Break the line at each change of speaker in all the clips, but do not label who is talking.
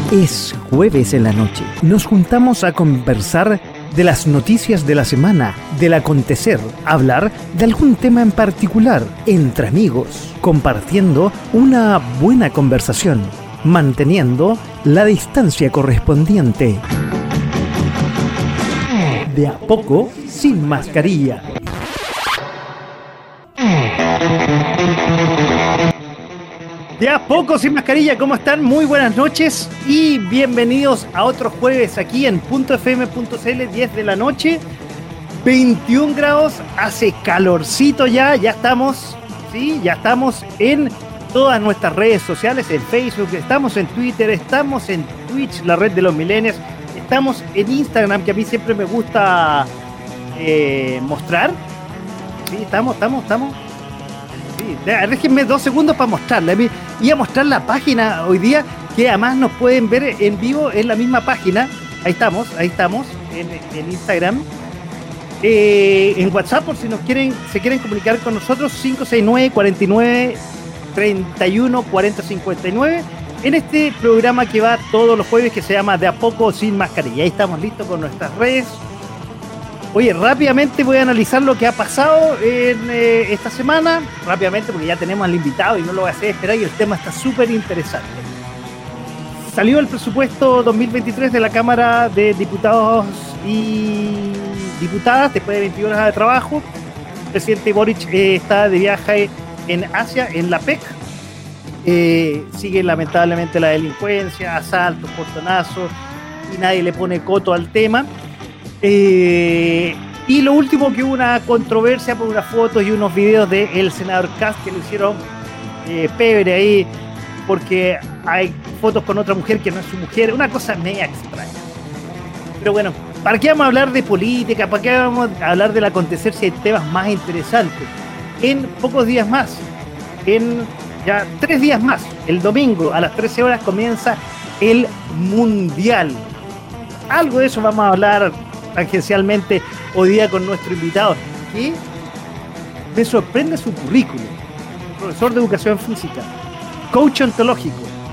Es jueves en la noche. Nos juntamos a conversar de las noticias de la semana, del acontecer, hablar de algún tema en particular, entre amigos, compartiendo una buena conversación, manteniendo la distancia correspondiente. De a poco, sin mascarilla. De a poco sin mascarilla, ¿cómo están? Muy buenas noches y bienvenidos a otro jueves aquí en .fm.cl, 10 de la noche, 21 grados, hace calorcito ya estamos, ¿sí? Ya estamos en todas nuestras redes sociales, en Facebook, estamos en Twitter, estamos en Twitch, la red de los millennials, estamos en Instagram, que a mí siempre me gusta mostrar, ¿sí? Estamos. Sí, déjenme 2 segundos para mostrarla. Iba a mostrar la página hoy día, que además nos pueden ver en vivo en la misma página. Ahí estamos, en Instagram. En WhatsApp, por si se quieren comunicar con nosotros, 569-49-31-40-59. En este programa que va todos los jueves, que se llama De a poco sin mascarilla. Ahí estamos listos con nuestras redes. Oye, rápidamente voy a analizar lo que ha pasado en esta semana, rápidamente porque ya tenemos al invitado y no lo voy a hacer esperar y el tema está súper interesante. Salió el presupuesto 2023 de la Cámara de Diputados y Diputadas después de 21 horas de trabajo. El presidente Boric está de viaje en Asia, en la PEC. Sigue lamentablemente la delincuencia, asaltos, portonazos y nadie le pone coto al tema. Y lo último, que hubo una controversia por unas fotos y unos videos del senador Kast, que lo hicieron pebre ahí porque hay fotos con otra mujer que no es su mujer, una cosa media extraña. Pero bueno, ¿para qué vamos a hablar de política? ¿Para qué vamos a hablar del acontecer si hay temas más interesantes? En pocos días más, en ya 3 días más, el domingo a las 13 horas comienza el Mundial. Algo de eso vamos a hablar tangencialmente hoy día con nuestro invitado, que me sorprende su currículum. Profesor de educación física, coach ontológico,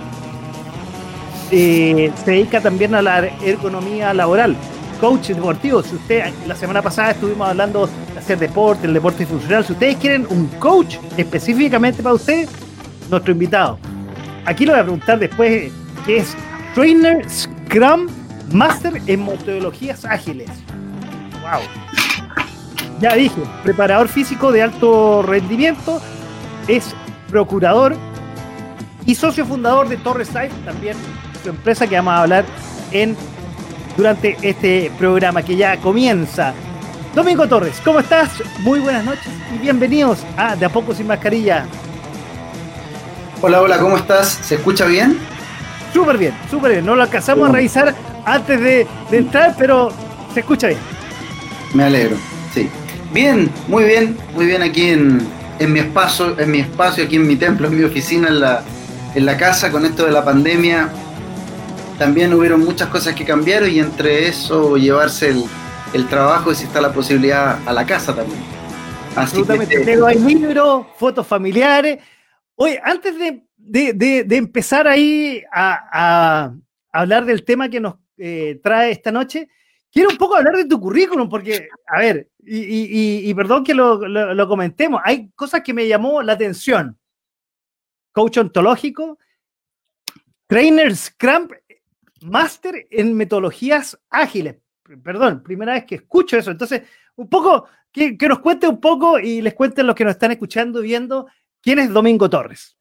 se dedica también a la ergonomía laboral, coach deportivo. Si usted, la semana pasada estuvimos hablando de hacer deporte, el deporte funcional. Si ustedes quieren un coach específicamente para ustedes, nuestro invitado. Aquí lo voy a preguntar después, que es Trainer Scrum Máster en metodologías ágiles. Wow. Ya dije, preparador físico de alto rendimiento, es procurador y socio fundador de Torres Life, también su empresa, que vamos a hablar durante este programa que ya comienza. Domingo Torres, ¿cómo estás? Muy buenas noches y bienvenidos a De a poco sin mascarilla.
Hola, ¿cómo estás? ¿Se escucha bien?
Súper bien. No lo alcanzamos a revisar antes de entrar, pero se escucha bien.
Me alegro, sí. Bien, muy bien aquí en mi espacio, aquí en mi templo, en mi oficina, en la casa, con esto de la pandemia. También hubieron muchas cosas que cambiaron, y entre eso llevarse el trabajo, y si está la posibilidad, a la casa también. Así
absolutamente. Tengo ahí libros, fotos familiares. Oye, antes de empezar ahí a hablar del tema que nos trae esta noche, quiero un poco hablar de tu currículum, porque, a ver, y perdón que lo comentemos, hay cosas que me llamó la atención. Coach ontológico, Trainer Scrum Master en metodologías ágiles. Perdón, primera vez que escucho eso. Entonces, un poco, que nos cuente un poco y les cuenten los que nos están escuchando y viendo, ¿quién es Domingo Torres?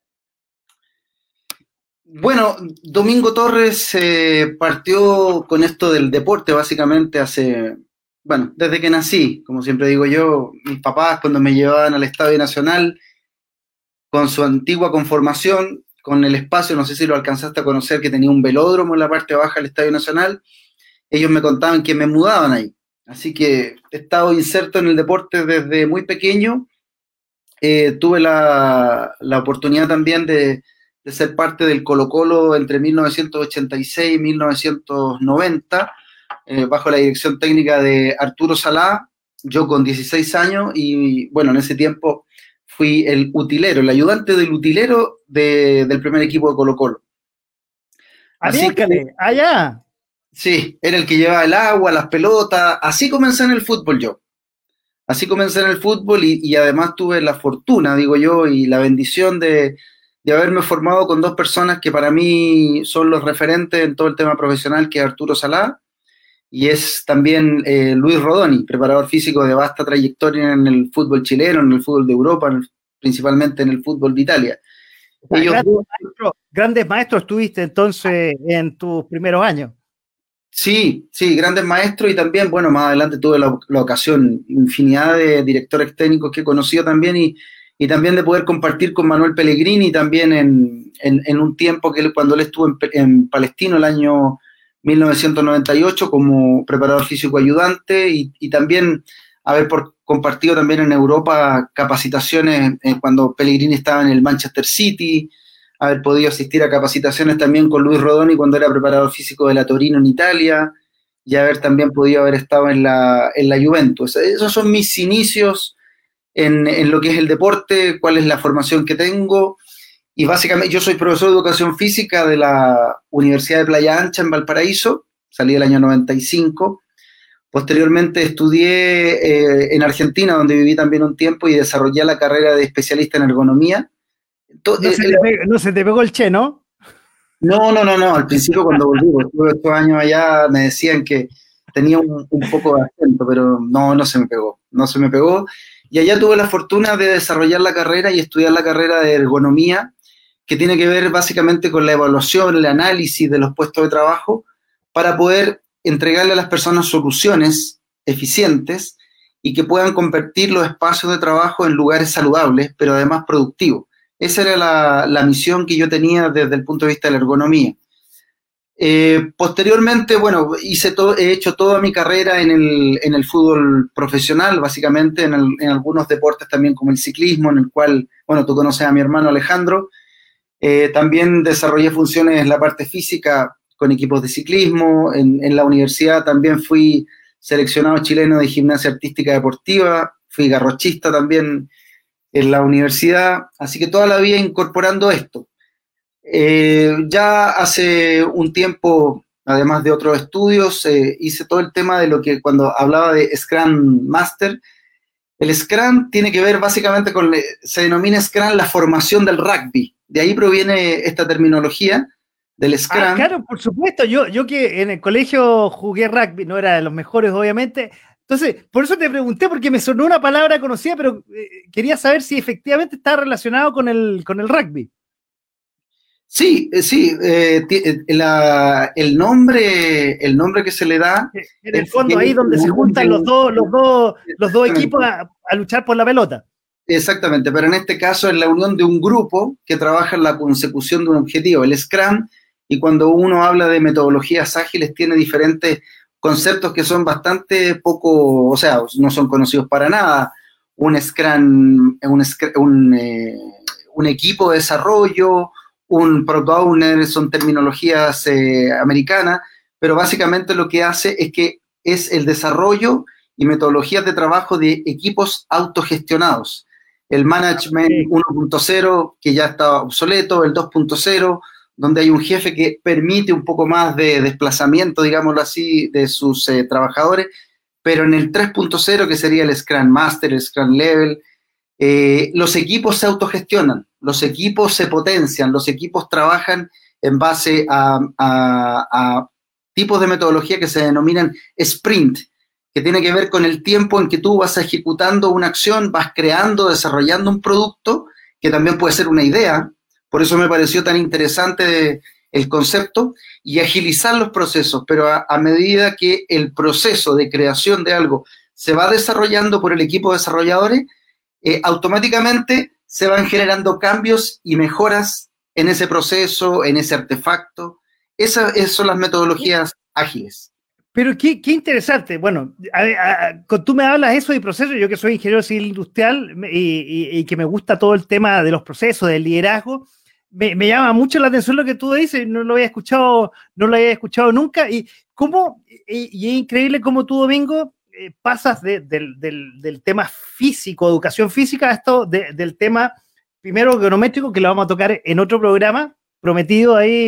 Bueno, Domingo Torres partió con esto del deporte básicamente desde que nací. Como siempre digo yo, mis papás, cuando me llevaban al Estadio Nacional con su antigua conformación, con el espacio, no sé si lo alcanzaste a conocer, que tenía un velódromo en la parte baja del Estadio Nacional, ellos me contaban que me mudaban ahí. Así que he estado inserto en el deporte desde muy pequeño. Tuve la oportunidad también de ser parte del Colo-Colo entre 1986 y 1990, bajo la dirección técnica de Arturo Salá, yo con 16 años, y bueno, en ese tiempo fui el utilero, el ayudante del utilero del primer equipo de Colo-Colo. Así que,
Miércoles, allá.
sí, era el que llevaba el agua, las pelotas. Así comencé en el fútbol yo. Así comencé en el fútbol y además tuve la fortuna, digo yo, y la bendición de haberme formado con dos personas que para mí son los referentes en todo el tema profesional, que es Arturo Salá y es también Luis Rodoni, preparador físico de vasta trayectoria en el fútbol chileno, en el fútbol de Europa, principalmente en el fútbol de Italia.
O sea,
Ellos dos,
grandes maestros tuviste entonces en tus primeros años.
sí, sí, grandes maestros y también, bueno, más adelante tuve la ocasión, infinidad de directores técnicos que he conocido también y también de poder compartir con Manuel Pellegrini también en un tiempo que cuando él estuvo en Palestino el año 1998 como preparador físico ayudante y también haber compartido también en Europa capacitaciones cuando Pellegrini estaba en el Manchester City, haber podido asistir a capacitaciones también con Luis Rodoni cuando era preparador físico de la Torino en Italia y haber también podido haber estado en la Juventus. Esos son mis inicios en lo que es el deporte, cuál es la formación que tengo. Y básicamente yo soy profesor de educación física de la Universidad de Playa Ancha en Valparaíso, salí el año 95. Posteriormente estudié en Argentina, donde viví también un tiempo y desarrollé la carrera de especialista en ergonomía.
No se te pegó el che, ¿no?
No. Al principio cuando volví, porque estuve estos años allá, me decían que tenía un poco de acento, pero no se me pegó. No se me pegó. Y allá tuve la fortuna de desarrollar la carrera y estudiar la carrera de ergonomía, que tiene que ver básicamente con la evaluación, el análisis de los puestos de trabajo, para poder entregarle a las personas soluciones eficientes y que puedan convertir los espacios de trabajo en lugares saludables, pero además productivos. Esa era la misión que yo tenía desde el punto de vista de la ergonomía. Posteriormente, bueno, he hecho toda mi carrera en el fútbol profesional, básicamente en algunos deportes también como el ciclismo, en el cual, bueno, tú conoces a mi hermano Alejandro. También desarrollé funciones en la parte física con equipos de ciclismo. En la universidad también fui seleccionado chileno de gimnasia artística deportiva, fui garrochista también en la universidad, así que toda la vida incorporando esto. Ya hace un tiempo, además de otros estudios, hice todo el tema de lo que cuando hablaba de Scrum Master, el Scrum tiene que ver básicamente se denomina Scrum la formación del rugby. De ahí proviene esta terminología del Scrum.
Claro, por supuesto. Yo que en el colegio jugué rugby, no era de los mejores, obviamente. Entonces, por eso te pregunté, porque me sonó una palabra conocida, pero quería saber si efectivamente está relacionado con el rugby.
Sí, el nombre que se le da.
En el fondo, ahí donde se juntan los dos equipos a luchar por la pelota.
Exactamente, pero en este caso es la unión de un grupo que trabaja en la consecución de un objetivo, el Scrum, y cuando uno habla de metodologías ágiles tiene diferentes conceptos que son bastante poco, o sea, no son conocidos para nada. Un Scrum, un equipo de desarrollo, un Product Owner, son terminologías americanas, pero básicamente lo que hace es que es el desarrollo y metodologías de trabajo de equipos autogestionados. El Management 1.0, que ya está obsoleto, el 2.0, donde hay un jefe que permite un poco más de desplazamiento, digámoslo así, de sus trabajadores, pero en el 3.0, que sería el Scrum Master, el Scrum Level, los equipos se autogestionan, los equipos se potencian, los equipos trabajan en base a tipos de metodología que se denominan sprint, que tiene que ver con el tiempo en que tú vas ejecutando una acción, vas creando, desarrollando un producto, que también puede ser una idea. Por eso me pareció tan interesante el concepto, y agilizar los procesos, pero a medida que el proceso de creación de algo se va desarrollando por el equipo de desarrolladores, automáticamente se van generando cambios y mejoras en ese proceso, en ese artefacto. Esas son las metodologías ágiles.
Pero qué interesante. Bueno, tú me hablas eso de procesos, yo que soy ingeniero civil industrial y que me gusta todo el tema de los procesos, del liderazgo, me llama mucho la atención lo que tú dices, no lo había escuchado nunca, y es increíble cómo tú, Domingo, pasas del tema físico, educación física, a esto del tema primero econométrico, que lo vamos a tocar en otro programa, prometido ahí,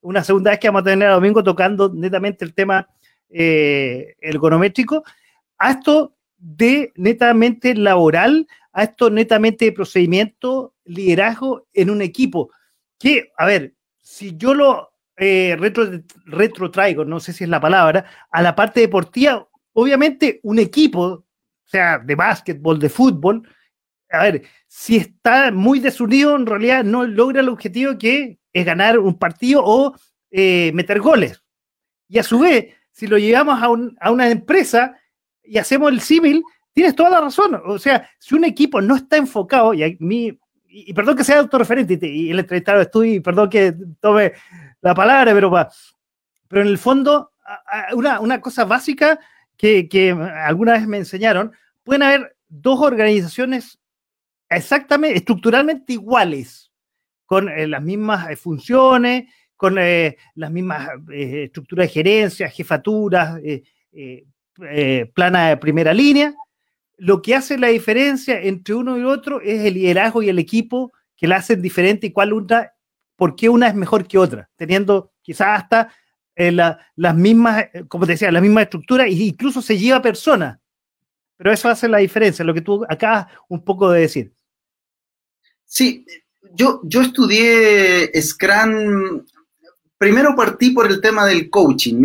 una segunda vez que vamos a tener a Domingo tocando netamente el tema ergonométrico, a esto de netamente laboral, a esto netamente de procedimiento, liderazgo en un equipo. Que, a ver, si yo lo retrotraigo, no sé si es la palabra, a la parte deportiva, obviamente un equipo, o sea, de básquetbol, de fútbol, a ver, si está muy desunido, en realidad no logra el objetivo que es ganar un partido o meter goles. Y a su vez, si lo llevamos a una empresa y hacemos el símil, tienes toda la razón. O sea, si un equipo no está enfocado, y a mí, y perdón que sea autorreferente, y el entrevistado estoy, y perdón que tome la palabra, pero en el fondo, una cosa básica que alguna vez me enseñaron, pueden haber dos organizaciones exactamente, estructuralmente iguales, con las mismas funciones, con las mismas estructuras de gerencia, jefaturas, plana de primera línea. Lo que hace la diferencia entre uno y otro es el liderazgo y el equipo que la hacen diferente y por qué una es mejor que otra, teniendo quizás hasta las mismas, como te decía, las mismas estructuras e incluso se lleva personas. Pero eso hace la diferencia, lo que tú acabas un poco de decir.
Sí, yo estudié Scrum. Primero partí por el tema del coaching.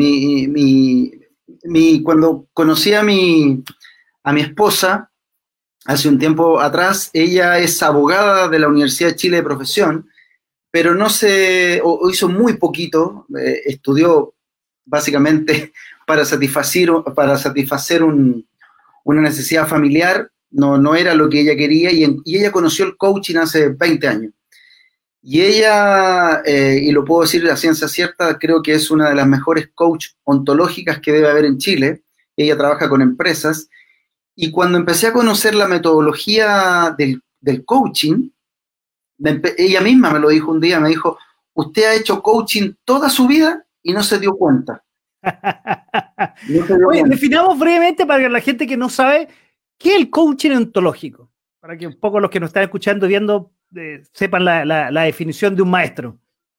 Cuando conocí a mi esposa, hace un tiempo atrás, ella es abogada de la Universidad de Chile de profesión, pero o hizo muy poquito, estudió básicamente para satisfacer una necesidad familiar, no era lo que ella quería, y ella conoció el coaching hace 20 años. Y ella, y lo puedo decir a ciencia cierta, creo que es una de las mejores coach ontológicas que debe haber en Chile. Ella trabaja con empresas. Y cuando empecé a conocer la metodología del coaching, ella misma me lo dijo un día, me dijo, usted ha hecho coaching toda su vida y no se dio cuenta.
Oye, definamos brevemente para la gente que no sabe qué es el coaching ontológico, para que un poco los que nos están escuchando y viendo sepan la definición de un maestro.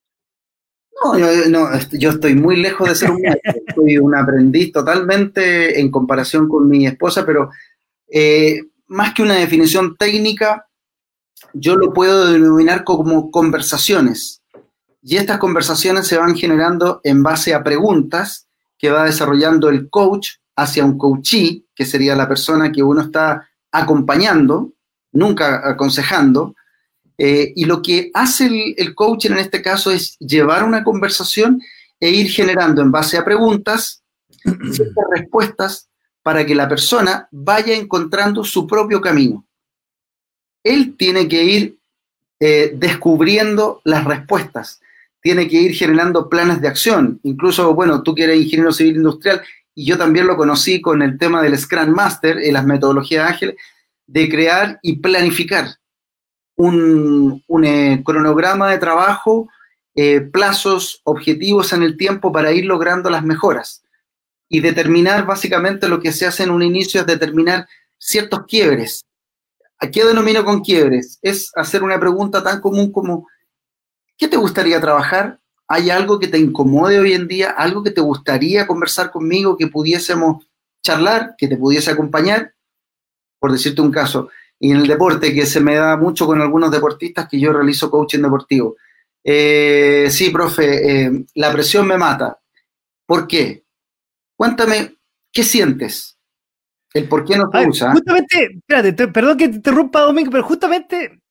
Yo estoy muy lejos de ser un maestro, soy un aprendiz totalmente en comparación con mi esposa, pero más que una definición técnica, yo lo puedo denominar como conversaciones. Y estas conversaciones se van generando en base a preguntas que va desarrollando el coach hacia un coachee, que sería la persona que uno está acompañando, nunca aconsejando. Y lo que hace el coaching en este caso es llevar una conversación e ir generando en base a preguntas ciertas respuestas para que la persona vaya encontrando su propio camino. Él tiene que ir descubriendo las respuestas, tiene que ir generando planes de acción. Incluso, bueno, tú que eres ingeniero civil industrial, y yo también lo conocí con el tema del Scrum Master, en las metodologías ágiles, de crear y planificar un cronograma de trabajo, plazos, objetivos en el tiempo para ir logrando las mejoras. Y determinar, básicamente, lo que se hace en un inicio es determinar ciertos quiebres. ¿A qué denomino con quiebres? Es hacer una pregunta tan común como ¿qué te gustaría trabajar? ¿Hay algo que te incomode hoy en día? ¿Algo que te gustaría conversar conmigo, que pudiésemos charlar, que te pudiese acompañar? Por decirte un caso. Y en el deporte, que se me da mucho con algunos deportistas, que yo realizo coaching deportivo. Sí, profe, la presión me mata. ¿Por qué? Cuéntame, ¿qué sientes? El por qué no te usa.
Justamente, espérate, perdón que te interrumpa, Domingo, pero justamente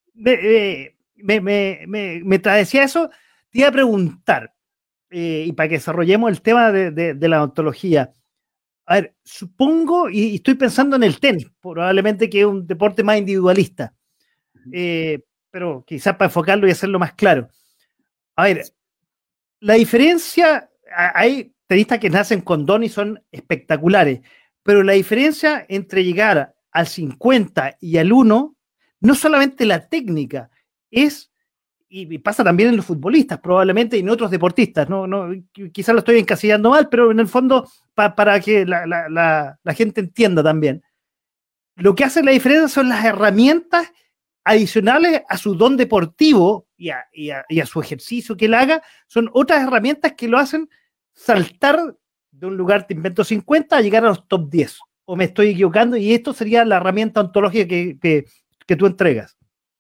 mientras decía eso, te iba a preguntar, y para que desarrollemos el tema de la ontología. A ver, supongo, y estoy pensando en el tenis, probablemente que es un deporte más individualista, pero quizás para enfocarlo y hacerlo más claro. A ver, la diferencia, hay tenistas que nacen con don y son espectaculares, pero la diferencia entre llegar al 50 y al 1, no solamente la técnica, y pasa también en los futbolistas probablemente y en otros deportistas, quizás lo estoy encasillando mal, pero en el fondo para que la gente entienda también. Lo que hace la diferencia son las herramientas adicionales a su don deportivo y a su ejercicio que él haga, son otras herramientas que lo hacen saltar de un lugar, te invento 50, a llegar a los top 10. ¿O me estoy equivocando? Y esto sería la herramienta ontológica que tú entregas.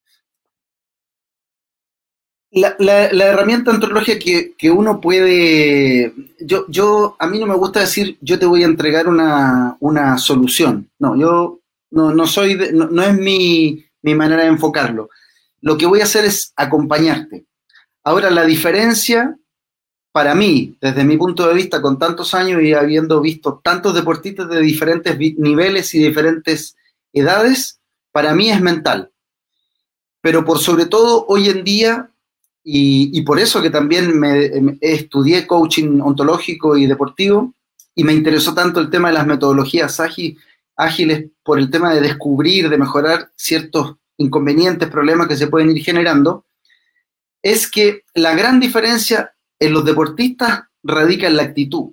La herramienta ontológica que uno puede... a mí no me gusta decir yo te voy a entregar una solución. No, yo no soy... no es mi manera de enfocarlo. Lo que voy a hacer es acompañarte. Ahora, la diferencia, para mí, desde mi punto de vista, con tantos años y habiendo visto tantos deportistas de diferentes niveles y diferentes edades, para mí es mental. Pero por sobre todo, hoy en día... Y por eso que también estudié coaching ontológico y deportivo, y me interesó tanto el tema de las metodologías ágiles por el tema de descubrir, de mejorar ciertos inconvenientes, problemas que se pueden ir generando, es que la gran diferencia en los deportistas radica en la actitud,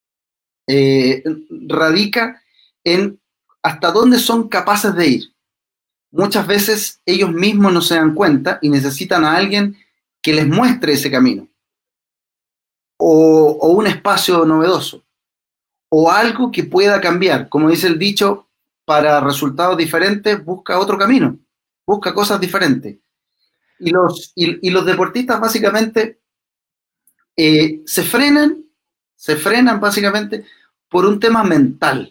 radica en hasta dónde son capaces de ir. Muchas veces ellos mismos no se dan cuenta y necesitan a alguien que les muestre ese camino, o un espacio novedoso, o algo que pueda cambiar. Como dice el dicho, para resultados diferentes busca otro camino, busca cosas diferentes. Y los deportistas básicamente se frenan básicamente por un tema mental,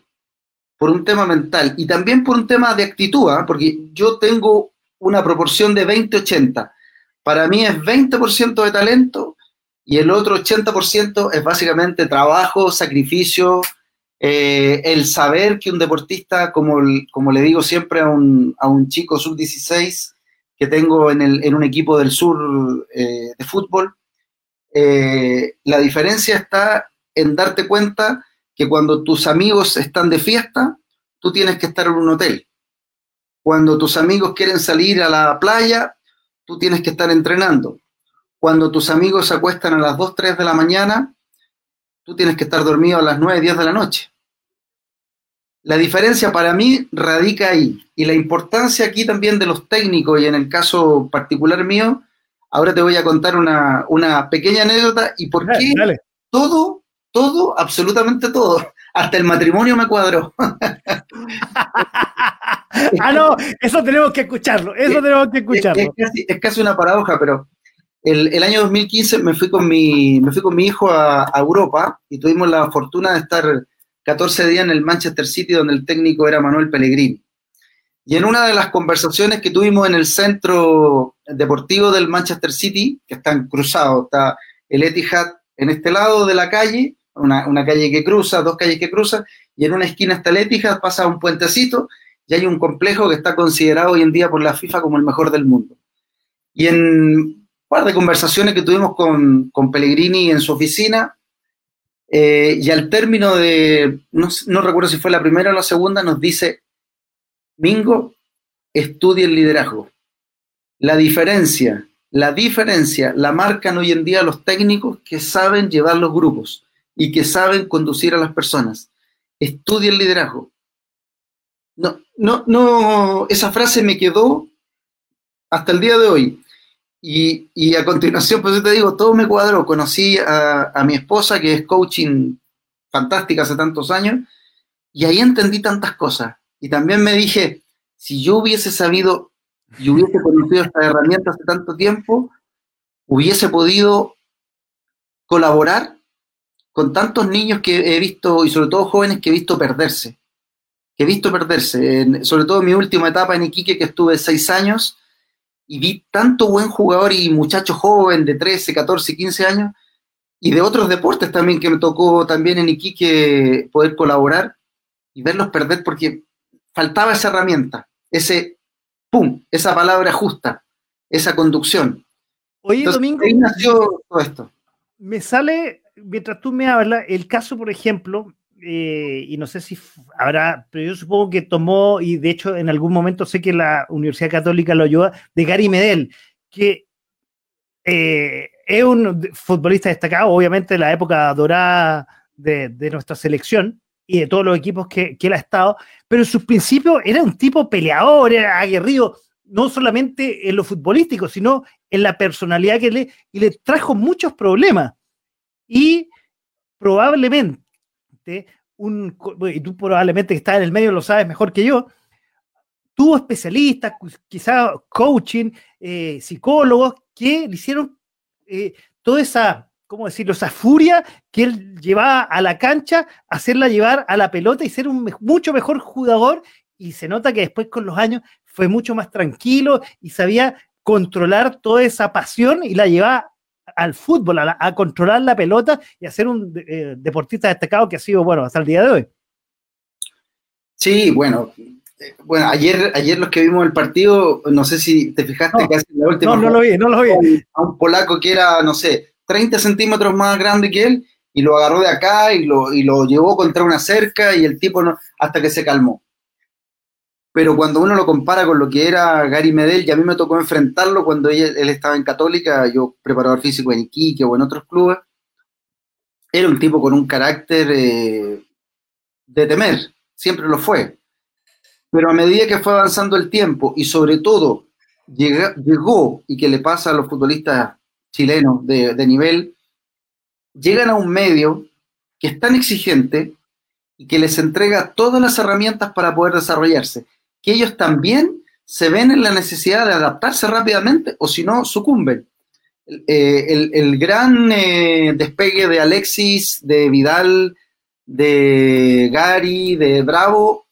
y también por un tema de actitud, porque yo tengo una proporción de 20-80. Para mí es 20% de talento y el otro 80% es básicamente trabajo, sacrificio, el saber que un deportista, como le digo siempre a un chico sub-16 que tengo en un equipo del sur de fútbol, la diferencia está en darte cuenta que cuando tus amigos están de fiesta, tú tienes que estar en un hotel. Cuando tus amigos quieren salir a la playa, tú tienes que estar entrenando. Cuando tus amigos se acuestan a las 2, 3 de la mañana, tú tienes que estar dormido a las 9, 10 de la noche. La diferencia para mí radica ahí. Y la importancia aquí también de los técnicos, y en el caso particular mío, ahora te voy a contar una pequeña anécdota y por qué
Dale.
Todo, absolutamente todo. Hasta el matrimonio me cuadró.
No, eso tenemos que escucharlo.
Es casi una paradoja, pero el año 2015 me fui con mi hijo a Europa y tuvimos la fortuna de estar 14 días en el Manchester City, donde el técnico era Manuel Pellegrini. Y en una de las conversaciones que tuvimos en el centro deportivo del Manchester City, que están cruzados, está el Etihad en este lado de la calle, una calle que cruza, dos calles que cruzan, y en una esquina está el Etihad, pasa un puentecito, y hay un complejo que está considerado hoy en día por la FIFA como el mejor del mundo. Y en un par de conversaciones que tuvimos con Pellegrini en su oficina, y al término de, no recuerdo si fue la primera o la segunda, nos dice: Mingo, estudie el liderazgo. La diferencia la marcan hoy en día los técnicos que saben llevar los grupos y que saben conducir a las personas. Estudie el liderazgo. No, esa frase me quedó hasta el día de hoy. Y a continuación, pues yo te digo, todo me cuadró. Conocí a mi esposa, que es coaching fantástica hace tantos años, y ahí entendí tantas cosas. Y también me dije, si yo hubiese sabido y hubiese conocido esta herramienta hace tanto tiempo, hubiese podido colaborar con tantos niños que he visto, y sobre todo jóvenes que he visto perderse. Sobre todo en mi última etapa en Iquique, que estuve 6 años, y vi tanto buen jugador y muchacho joven de 13, 14, 15 años, y de otros deportes también que me tocó también en Iquique poder colaborar y verlos perder porque faltaba esa herramienta, esa palabra justa, esa conducción.
Oye,
entonces,
Domingo,
ahí nació todo esto.
Me sale, mientras tú me hablas, el caso, por ejemplo, y no sé si habrá, pero yo supongo que tomó, y de hecho en algún momento sé que la Universidad Católica lo ayuda, de Gary Medel, que es un futbolista destacado, obviamente de la época dorada de nuestra selección y de todos los equipos que él ha estado, pero en sus principios era un tipo peleador, era aguerrido. no solamente en lo futbolístico, sino en la personalidad y le trajo muchos problemas. Y probablemente, y tú probablemente que estás en el medio lo sabes mejor que yo, tuvo especialistas, quizás coaching, psicólogos, que le hicieron toda esa, ¿cómo decirlo?, esa furia que él llevaba a la cancha, hacerla llevar a la pelota y ser un mucho mejor jugador. Y se nota que después con los años fue mucho más tranquilo y sabía controlar toda esa pasión y la llevaba al fútbol, a controlar la pelota y a ser un deportista destacado que ha sido, bueno, hasta el día de hoy.
Sí, bueno, ayer los que vimos el partido, no sé si te fijaste
No,
casi en la última
no lo vi, no lo vi.
a un polaco que era, no sé, 30 centímetros más grande que él, y lo agarró de acá y lo llevó contra una cerca y el tipo no, hasta que se calmó. Pero cuando uno lo compara con lo que era Gary Medel, y a mí me tocó enfrentarlo cuando él estaba en Católica, yo preparador físico en Iquique o en otros clubes, era un tipo con un carácter de temer, siempre lo fue. Pero a medida que fue avanzando el tiempo y sobre todo llegó, y que le pasa a los futbolistas chilenos de nivel, llegan a un medio que es tan exigente y que les entrega todas las herramientas para poder desarrollarse, que ellos también se ven en la necesidad de adaptarse rápidamente o si no sucumben. El gran despegue de Alexis, de Vidal, de Gary, de Bravo,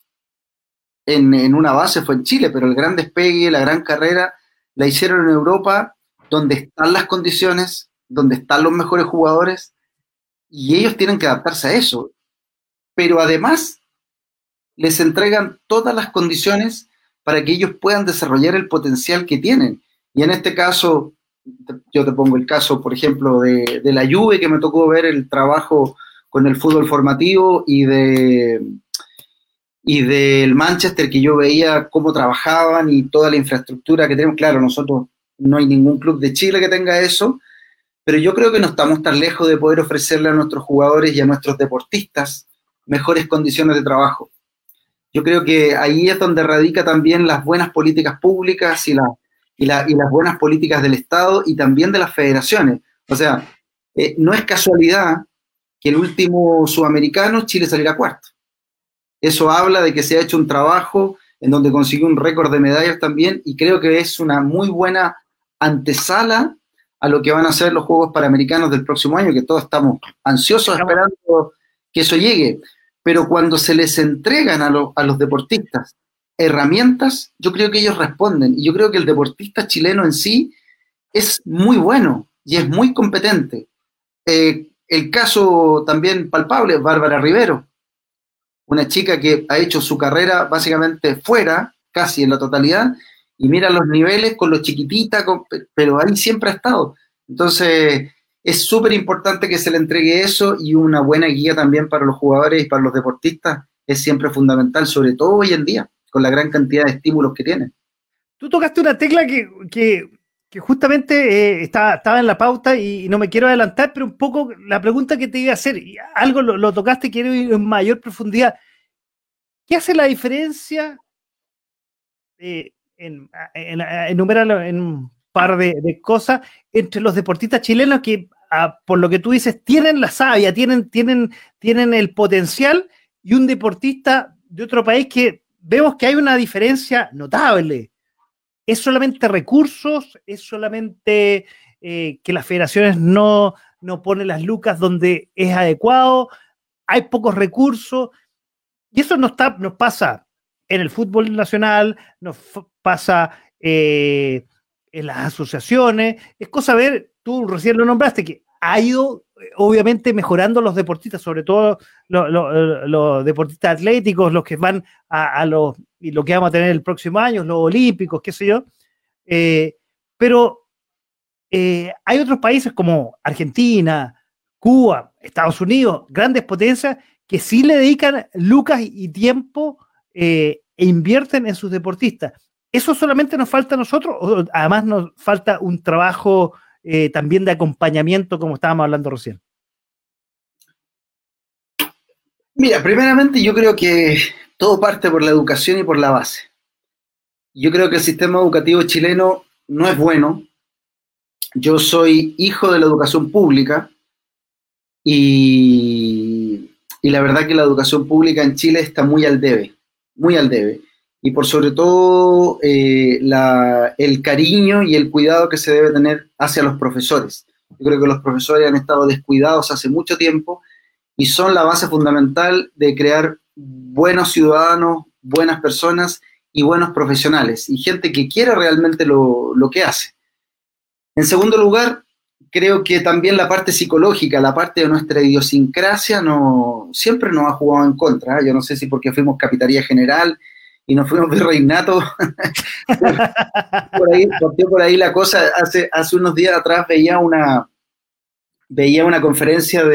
en una base fue en Chile, pero el gran despegue, la gran carrera, la hicieron en Europa, donde están las condiciones, donde están los mejores jugadores, y ellos tienen que adaptarse a eso. Pero además les entregan todas las condiciones para que ellos puedan desarrollar el potencial que tienen. Y en este caso, yo te pongo el caso, por ejemplo, de la Juve, que me tocó ver el trabajo con el fútbol formativo, y del Manchester, que yo veía cómo trabajaban y toda la infraestructura que tenemos. Claro, nosotros no hay ningún club de Chile que tenga eso, pero yo creo que no estamos tan lejos de poder ofrecerle a nuestros jugadores y a nuestros deportistas mejores condiciones de trabajo. Yo creo que ahí es donde radica también las buenas políticas públicas y las buenas políticas del Estado y también de las federaciones. O sea, no es casualidad que el último sudamericano Chile saliera cuarto. Eso habla de que se ha hecho un trabajo en donde consiguió un récord de medallas también, y creo que es una muy buena antesala a lo que van a ser los Juegos Panamericanos del próximo año, que todos estamos ansiosos esperando que eso llegue. Pero cuando se les entregan a los deportistas herramientas, yo creo que ellos responden, y yo creo que el deportista chileno en sí es muy bueno y es muy competente. El caso también palpable es Bárbara Rivero, una chica que ha hecho su carrera básicamente fuera, casi en la totalidad, y mira los niveles con lo chiquitita, pero ahí siempre ha estado. Entonces, es súper importante que se le entregue eso, y una buena guía también para los jugadores y para los deportistas es siempre fundamental, sobre todo hoy en día, con la gran cantidad de estímulos que tienen.
Tú tocaste una tecla que justamente estaba en la pauta y no me quiero adelantar, pero un poco la pregunta que te iba a hacer, y algo lo tocaste, quiero ir en mayor profundidad. ¿Qué hace la diferencia? Enuméralo en un par de cosas entre los deportistas chilenos que, por lo que tú dices, tienen la savia, tienen el potencial, y un deportista de otro país que vemos que hay una diferencia notable. ¿Es solamente recursos? ¿Es solamente que las federaciones no ponen las lucas donde es adecuado? ¿Hay pocos recursos? Y eso nos pasa en el fútbol nacional, nos pasa en las asociaciones. Es cosa ver, tú recién lo nombraste, que ha ido obviamente mejorando los deportistas, sobre todo los deportistas atléticos, los que van a los, y lo que vamos a tener el próximo año, los olímpicos, qué sé yo. Pero hay otros países como Argentina, Cuba, Estados Unidos, grandes potencias, que sí le dedican lucas y tiempo e invierten en sus deportistas. ¿Eso solamente nos falta a nosotros, o además nos falta un trabajo también de acompañamiento, como estábamos hablando recién?
Mira, primeramente yo creo que todo parte por la educación y por la base. Yo creo que el sistema educativo chileno no es bueno. Yo soy hijo de la educación pública y la verdad que la educación pública en Chile está muy al debe, muy al debe. Y por sobre todo el cariño y el cuidado que se debe tener hacia los profesores. Yo creo que los profesores han estado descuidados hace mucho tiempo y son la base fundamental de crear buenos ciudadanos, buenas personas y buenos profesionales, y gente que quiere realmente lo que hace. En segundo lugar, creo que también la parte psicológica, la parte de nuestra idiosincrasia, no, siempre nos ha jugado en contra. Yo no sé si porque fuimos Capitanía General y no fuimos virreinato. Partió por ahí la cosa. Hace unos días atrás veía una conferencia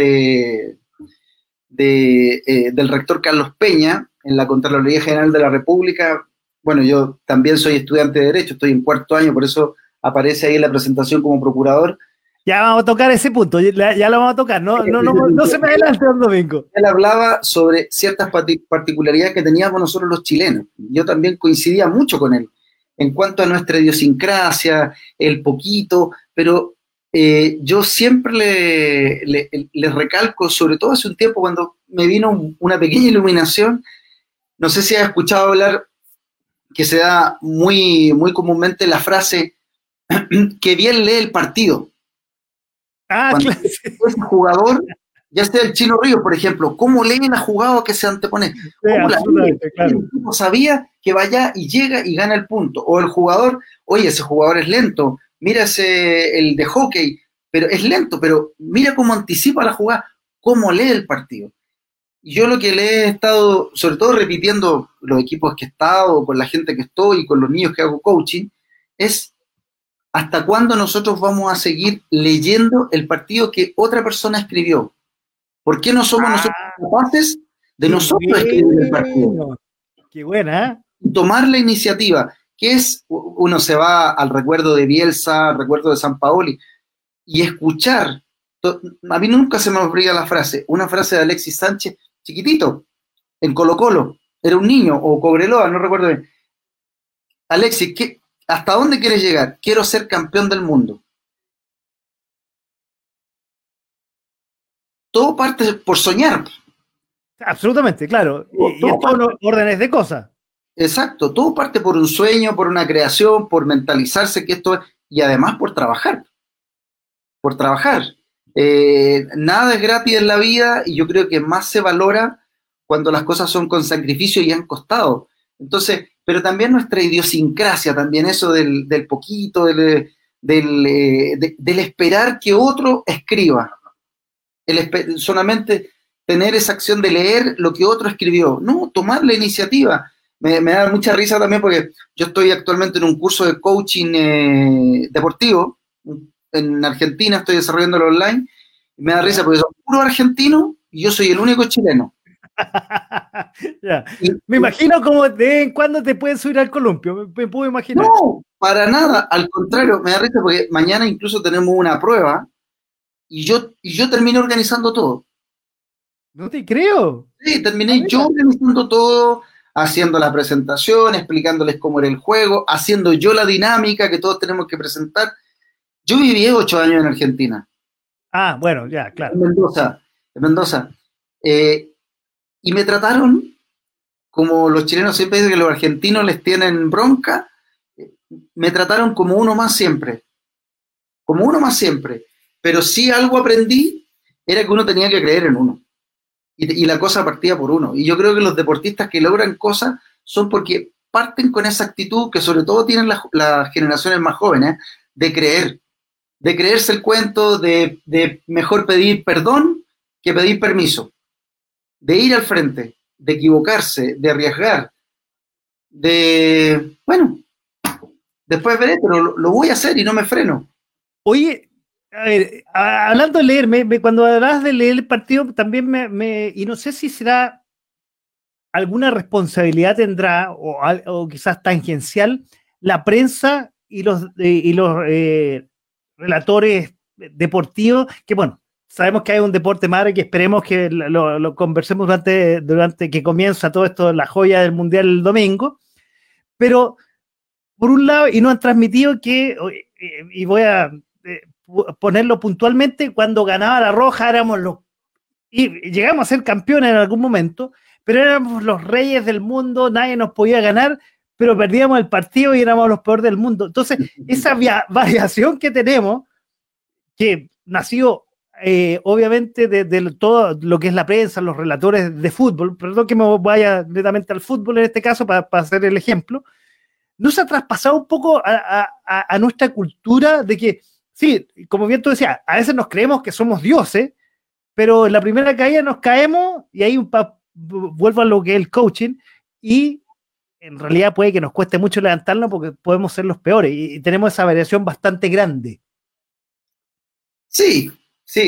del rector Carlos Peña en la Contraloría General de la República. Bueno, yo también soy estudiante de Derecho, estoy en cuarto año, por eso aparece ahí en la presentación como procurador.
Ya vamos a tocar ese punto, ya lo vamos a tocar, no se me adelante, don Domingo.
Él hablaba sobre ciertas particularidades que teníamos nosotros los chilenos. Yo también coincidía mucho con él en cuanto a nuestra idiosincrasia, el poquito, pero yo siempre le recalco, sobre todo hace un tiempo cuando me vino una pequeña iluminación. No sé si has escuchado hablar que se da muy, muy comúnmente la frase que bien lee el partido. Cuando
claro.
ese jugador, ya sea el Chino Ríos, por ejemplo, ¿cómo lee la jugada que se antepone? ¿Cómo la lee? Claro. El equipo sabía que vaya y llega y gana el punto. O el jugador, oye, ese jugador es lento, mira el de hockey, pero es lento, pero mira cómo anticipa la jugada, cómo lee el partido. Y yo lo que le he estado, sobre todo repitiendo los equipos que he estado, con la gente que estoy, con los niños que hago coaching, es hasta cuándo nosotros vamos a seguir leyendo el partido que otra persona escribió. ¿Por qué no somos nosotros capaces de nosotros escribir el partido?
Qué buena, ¿eh?
Y tomar la iniciativa, que es, uno se va al recuerdo de Bielsa, al recuerdo de Sampaoli, y escuchar. A mí nunca se me olvida una frase de Alexis Sánchez, chiquitito, en Colo-Colo, era un niño, o Cobreloa, no recuerdo bien. Alexis, ¿hasta dónde quieres llegar? Quiero ser campeón del mundo. Todo parte por soñar.
Absolutamente, claro. Y en todos órdenes de cosas.
Exacto, todo parte por un sueño, por una creación, por mentalizarse que esto es, y además por trabajar. Por trabajar. Nada es gratis en la vida y yo creo que más se valora cuando las cosas son con sacrificio y han costado. Entonces, pero también nuestra idiosincrasia, también eso del poquito, del esperar que otro escriba. Solamente tener esa acción de leer lo que otro escribió. No, tomar la iniciativa. Me da mucha risa también porque yo estoy actualmente en un curso de coaching deportivo en Argentina, estoy desarrollándolo online, y me da risa porque son puros argentinos y yo soy el único chileno.
Ya. Me imagino como de vez en cuando te puedes subir al columpio, me puedo imaginar.
No, para nada, al contrario, me da risa porque mañana incluso tenemos una prueba y yo terminé organizando todo.
No te creo.
Sí, terminé yo organizando todo, haciendo la presentación, explicándoles cómo era el juego, haciendo yo la dinámica que todos tenemos que presentar. Yo viví 8 años en Argentina.
Bueno, ya, claro.
En Mendoza. Y me trataron, como los chilenos siempre dicen que los argentinos les tienen bronca, me trataron como uno más siempre. Como uno más siempre. Pero sí algo aprendí, era que uno tenía que creer en uno. Y la cosa partía por uno. Y yo creo que los deportistas que logran cosas son porque parten con esa actitud que sobre todo tienen las generaciones más jóvenes, de creerse el cuento, de mejor pedir perdón que pedir permiso, de ir al frente, de equivocarse, de arriesgar, bueno, después veré, pero lo voy a hacer y no me freno.
Oye, a ver, hablando de leer, cuando hablas de leer el partido, también y no sé si será alguna responsabilidad tendrá, o quizás tangencial, la prensa y los relatores deportivos, que bueno, sabemos que hay un deporte madre que esperemos que lo conversemos durante que comienza todo esto, la joya del Mundial el domingo, pero por un lado, y nos han transmitido que, y voy a ponerlo puntualmente, cuando ganaba la Roja éramos y llegamos a ser campeones en algún momento, pero éramos los reyes del mundo, nadie nos podía ganar, pero perdíamos el partido y éramos los peores del mundo. Entonces, esa variación que tenemos, que nació obviamente de todo lo que es la prensa, los relatores de fútbol, perdón que me vaya netamente al fútbol en este caso para hacer el ejemplo, nos ha traspasado un poco a nuestra cultura de que, sí, como bien tú decías, a veces nos creemos que somos dioses, pero en la primera caída nos caemos y ahí vuelvo a lo que es el coaching y en realidad puede que nos cueste mucho levantarnos porque podemos ser los peores y tenemos esa variación bastante grande.
Sí.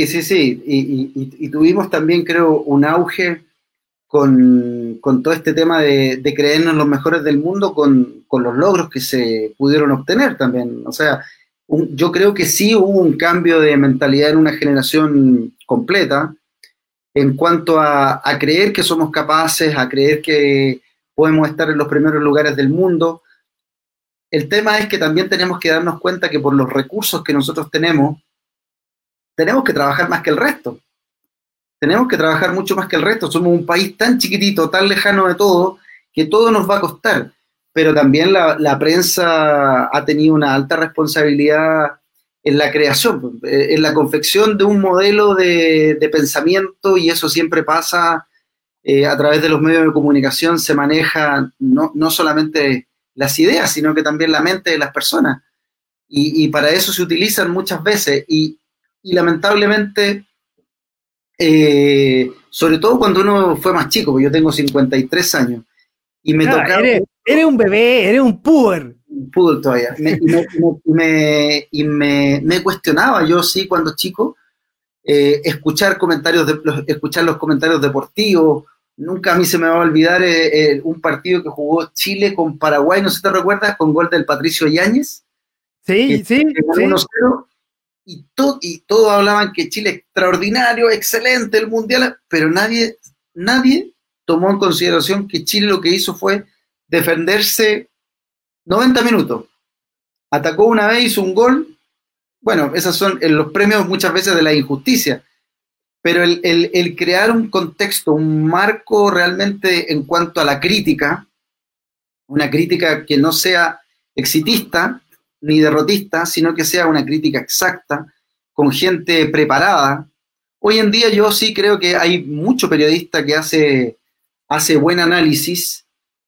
Y tuvimos también, creo, un auge con todo este tema de creernos los mejores del mundo con los logros que se pudieron obtener también. O sea, yo creo que sí hubo un cambio de mentalidad en una generación completa en cuanto a creer que somos capaces, a creer que podemos estar en los primeros lugares del mundo. El tema es que también tenemos que darnos cuenta que por los recursos que nosotros tenemos que trabajar más que el resto. Tenemos que trabajar mucho más que el resto. Somos un país tan chiquitito, tan lejano de todo, que todo nos va a costar. Pero también la prensa ha tenido una alta responsabilidad en la creación, en la confección de un modelo de pensamiento, y eso siempre pasa a través de los medios de comunicación. Se maneja no solamente las ideas, sino que también la mente de las personas. Y para eso se utilizan muchas veces. Y lamentablemente, sobre todo cuando uno fue más chico, porque yo tengo 53 años, y me tocaba...
Eres un bebé, eres un puber.
Un puber todavía. Me cuestionaba yo, sí, cuando chico, escuchar los comentarios deportivos. Nunca a mí se me va a olvidar un partido que jugó Chile con Paraguay, no sé si te recuerdas, con gol del Patricio Yáñez.
Sí.
1-0. Y todos hablaban que Chile extraordinario, excelente, el mundial, pero nadie tomó en consideración que Chile lo que hizo fue defenderse 90 minutos. Atacó una vez, hizo un gol. Bueno, esos son los premios muchas veces de la injusticia, pero el crear un contexto, un marco realmente en cuanto a la crítica, una crítica que no sea exitista ni derrotista, sino que sea una crítica exacta, con gente preparada. Hoy en día yo sí creo que hay mucho periodista que hace buen análisis,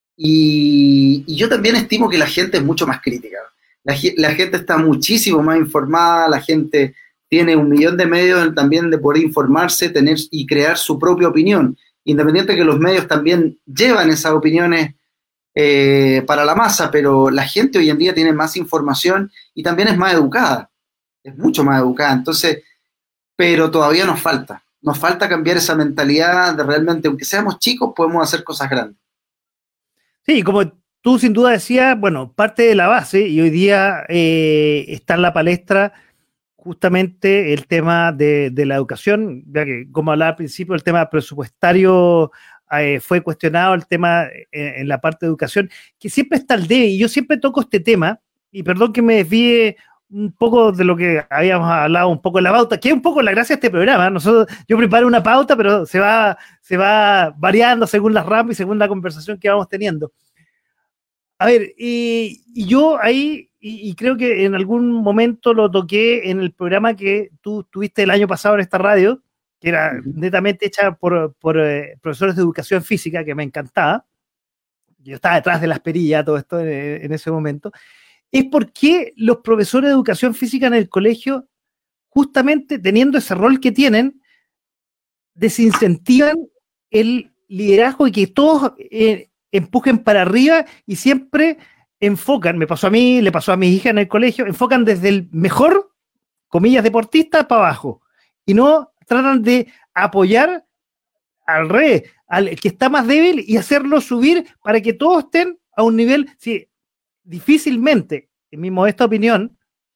y yo también estimo que la gente es mucho más crítica. La gente está muchísimo más informada, la gente tiene 1 millón de medios también de poder informarse, tener y crear su propia opinión, independiente de que los medios también llevan esas opiniones para la masa, pero la gente hoy en día tiene más información y también es más educada, es mucho más educada. Entonces, pero todavía nos falta cambiar esa mentalidad de realmente, aunque seamos chicos, podemos hacer cosas grandes.
Sí, como tú sin duda decías, bueno, parte de la base, y hoy día está en la palestra justamente el tema de la educación, ya que como hablaba al principio, el tema presupuestario fue cuestionado, el tema en la parte de educación, que siempre está al debe, y yo siempre toco este tema, y perdón que me desvíe un poco de lo que habíamos hablado un poco en la pauta, que es un poco la gracia de este programa. Yo preparo una pauta, pero se va variando según las ramas y según la conversación que vamos teniendo. A ver, y yo ahí, y creo que en algún momento lo toqué en el programa que tú tuviste el año pasado en esta radio, que era netamente hecha por profesores de educación física, que me encantaba. Yo estaba detrás de las perillas, todo esto en ese momento. Es porque los profesores de educación física en el colegio, justamente teniendo ese rol que tienen, desincentivan el liderazgo y que todos empujen para arriba y siempre enfocan, me pasó a mí, le pasó a mi hija en el colegio, enfocan desde el mejor, comillas, deportista para abajo, y no tratan de apoyar al revés, al que está más débil, y hacerlo subir para que todos estén a un nivel. Sí, difícilmente, en mi modesta opinión,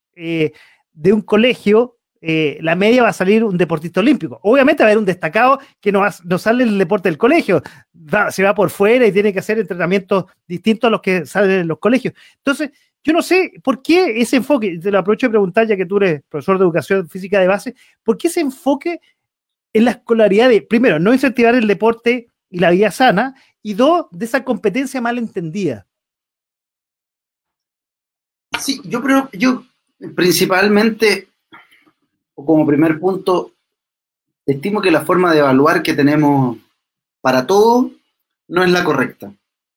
de un colegio, la media va a salir un deportista olímpico. Obviamente va a haber un destacado que no sale el deporte del colegio, se va por fuera y tiene que hacer entrenamientos distintos a los que salen en los colegios. Entonces, yo no sé por qué ese enfoque, te lo aprovecho de preguntar ya que tú eres profesor de educación física de base, ¿por qué ese enfoque en la escolaridad de, primero, no incentivar el deporte y la vida sana, y dos, de esa competencia mal entendida?
Sí, yo principalmente, o como primer punto, estimo que la forma de evaluar que tenemos para todo no es la correcta.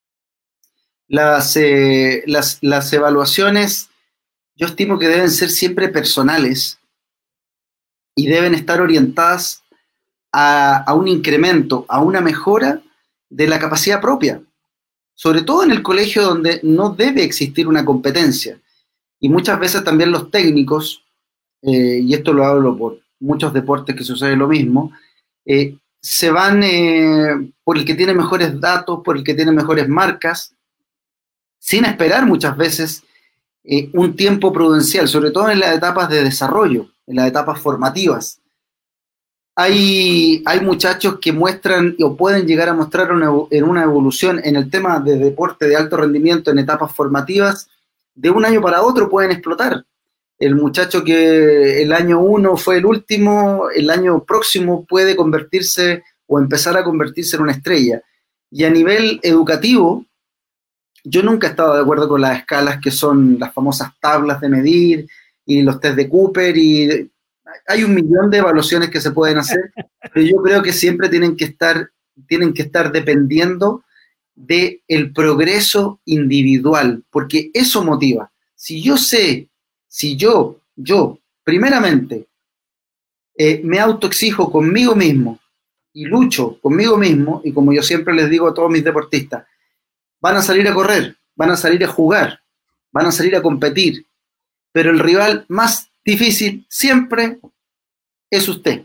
Las evaluaciones yo estimo que deben ser siempre personales y deben estar orientadas a un incremento, a una mejora de la capacidad propia, sobre todo en el colegio donde no debe existir una competencia. Y muchas veces también los técnicos, y esto lo hablo por muchos deportes que sucede lo mismo, se van por el que tiene mejores datos, por el que tiene mejores marcas, sin esperar muchas veces un tiempo prudencial, sobre todo en las etapas de desarrollo, en las etapas formativas. Hay muchachos que muestran o pueden llegar a mostrar una evolución en el tema de deporte de alto rendimiento en etapas formativas, de un año para otro pueden explotar. El muchacho que el año 1 fue el último, el año próximo puede convertirse o empezar a convertirse en una estrella. Y a nivel educativo, yo nunca he estado de acuerdo con las escalas que son las famosas tablas de medir y los test de Cooper, y hay un millón de evaluaciones que se pueden hacer, pero yo creo que siempre tienen que estar dependiendo del progreso individual, porque eso motiva. Si yo sé, si yo primeramente, me autoexijo conmigo mismo y lucho conmigo mismo, y como yo siempre les digo a todos mis deportistas, van a salir a correr, van a salir a jugar, van a salir a competir, pero el rival más difícil siempre es usted.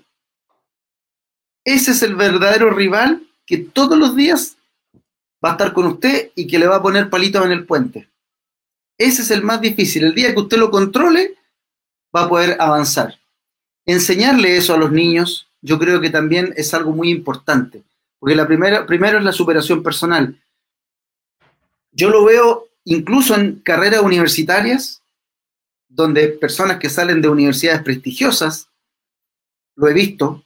Ese es el verdadero rival que todos los días va a estar con usted y que le va a poner palitos en el puente. Ese es el más difícil. El día que usted lo controle, va a poder avanzar. Enseñarle eso a los niños, yo creo que también es algo muy importante, porque primero es la superación personal. Yo lo veo incluso en carreras universitarias, donde personas que salen de universidades prestigiosas, lo he visto,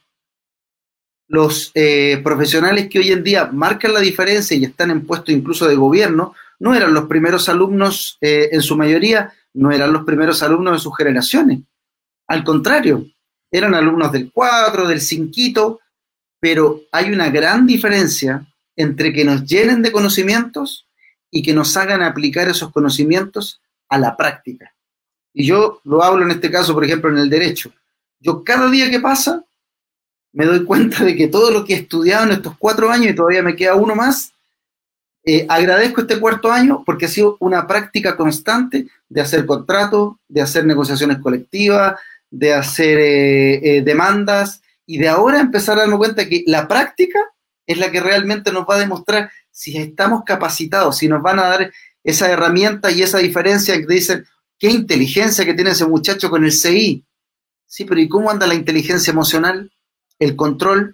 los profesionales que hoy en día marcan la diferencia y están en puestos incluso de gobierno, no eran los primeros alumnos, en su mayoría, no eran los primeros alumnos de sus generaciones. Al contrario, eran alumnos del 4, del 5, pero hay una gran diferencia entre que nos llenen de conocimientos y que nos hagan aplicar esos conocimientos a la práctica. Y yo lo hablo en este caso, por ejemplo, en el derecho. Yo cada día que pasa me doy cuenta de que todo lo que he estudiado en estos 4 años, y todavía me queda uno más, agradezco este 4.º año porque ha sido una práctica constante de hacer contratos, de hacer negociaciones colectivas, de hacer demandas, y de ahora empezar a darme cuenta que la práctica es la que realmente nos va a demostrar si estamos capacitados, si nos van a dar esa herramienta y esa diferencia que dicen, qué inteligencia que tiene ese muchacho con el CI. Sí, pero ¿y cómo anda la inteligencia emocional? El control,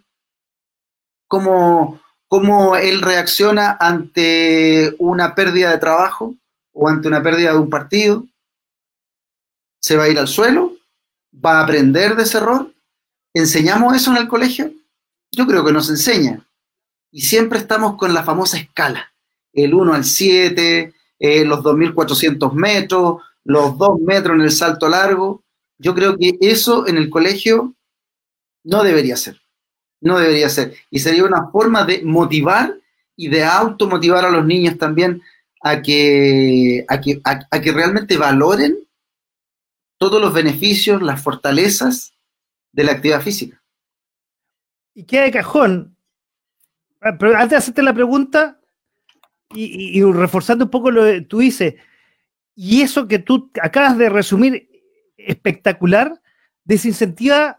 cómo él reacciona ante una pérdida de trabajo o ante una pérdida de un partido. ¿Se va a ir al suelo? ¿Va a aprender de ese error? ¿Enseñamos eso en el colegio? Yo creo que nos enseña. Y siempre estamos con la famosa escala. El 1 al 7, los 2.400 metros, los 2 metros en el salto largo. Yo creo que eso en el colegio no debería ser. No debería ser. Y sería una forma de motivar y de automotivar a los niños también a que realmente valoren todos los beneficios, las fortalezas de la actividad física.
Y queda de cajón. Pero antes de hacerte la pregunta, y reforzando un poco lo que tú dices, y eso que tú acabas de resumir espectacular, desincentiva,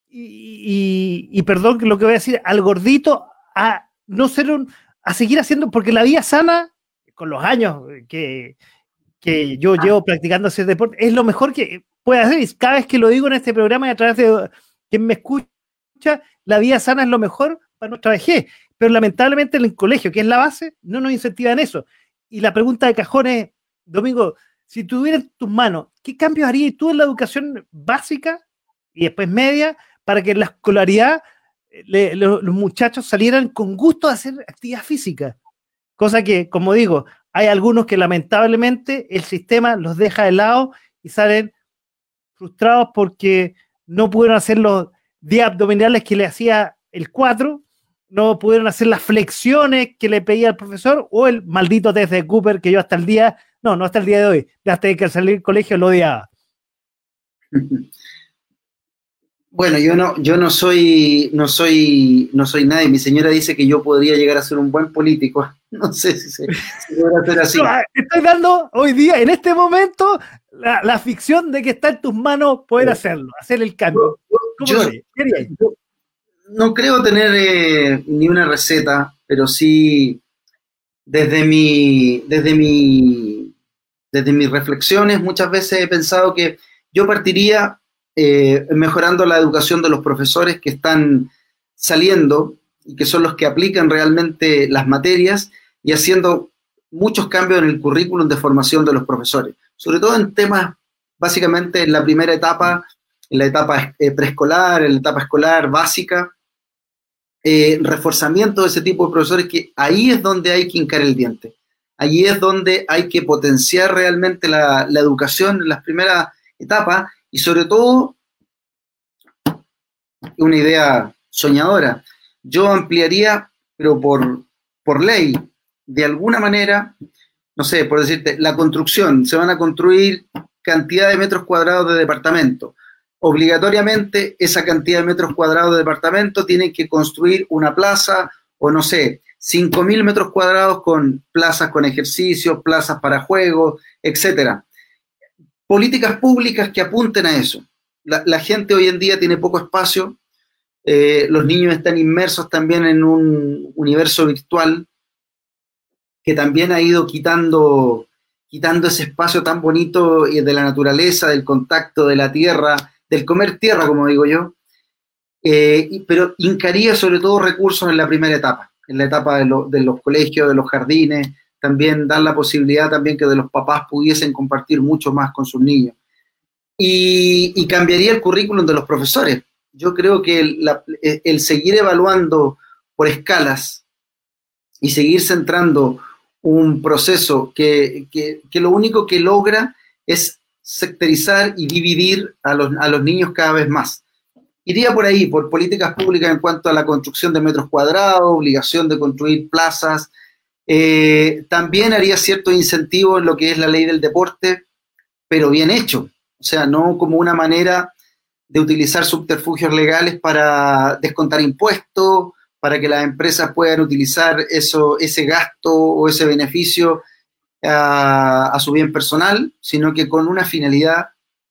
y perdón que lo que voy a decir, al gordito a no ser a seguir haciendo, porque la vida sana, con los años que yo llevo practicando ese deporte, es lo mejor que puede hacer, y cada vez que lo digo en este programa y a través de quien me escucha, la vida sana es lo mejor para nuestra vejez, pero lamentablemente en el colegio, que es la base, no nos incentiva en eso. Y la pregunta de cajón es, Domingo, si tuviera en tus manos, ¿qué cambios harías tú en la educación básica y después media para que en la escolaridad los muchachos salieran con gusto de hacer actividad física? Cosa que, como digo, hay algunos que lamentablemente el sistema los deja de lado y salen frustrados porque no pudieron hacer los 10 abdominales que le hacía el 4, no pudieron hacer las flexiones que le pedía el profesor, o el maldito test de Cooper que yo hasta el día de hoy, hasta que salí del colegio lo odiaba.
Bueno, yo no soy nadie. Mi señora dice que yo podría llegar a ser un buen político. No sé si podrá ser así.
No, estoy dando hoy día, en este momento, la ficción de que está en tus manos poder hacerlo, hacer el cambio.
Yo no creo tener ni una receta, pero sí desde mis reflexiones muchas veces he pensado que yo partiría mejorando la educación de los profesores que están saliendo y que son los que aplican realmente las materias, y haciendo muchos cambios en el currículum de formación de los profesores, sobre todo en temas, básicamente en la primera etapa, en la etapa preescolar, en la etapa escolar básica, reforzamiento de ese tipo de profesores, que ahí es donde hay que hincar el diente, ahí es donde hay que potenciar realmente la educación en las primeras etapas, y sobre todo, una idea soñadora, yo ampliaría, pero por ley, de alguna manera, no sé, por decirte, la construcción, se van a construir cantidad de metros cuadrados de departamento. Obligatoriamente esa cantidad de metros cuadrados de departamento tienen que construir una plaza, o no sé, 5.000 metros cuadrados con plazas con ejercicios, plazas para juegos, etcétera. Políticas públicas que apunten a eso. La gente hoy en día tiene poco espacio, los niños están inmersos también en un universo virtual que también ha ido quitando ese espacio tan bonito de la naturaleza, del contacto de la tierra, del comer tierra, como digo yo, pero hincaría sobre todo recursos en la primera etapa, en la etapa de los colegios, de los jardines, también dar la posibilidad también que de los papás pudiesen compartir mucho más con sus niños. Y cambiaría el currículum de los profesores. Yo creo que el seguir evaluando por escalas y seguir centrando un proceso que lo único que logra es sectorizar y dividir a los niños cada vez más. Iría por ahí, por políticas públicas en cuanto a la construcción de metros cuadrados, obligación de construir plazas. También haría cierto incentivo en lo que es la ley del deporte, pero bien hecho. O sea, no como una manera de utilizar subterfugios legales para descontar impuestos, para que las empresas puedan utilizar ese gasto o ese beneficio a su bien personal, sino que con una finalidad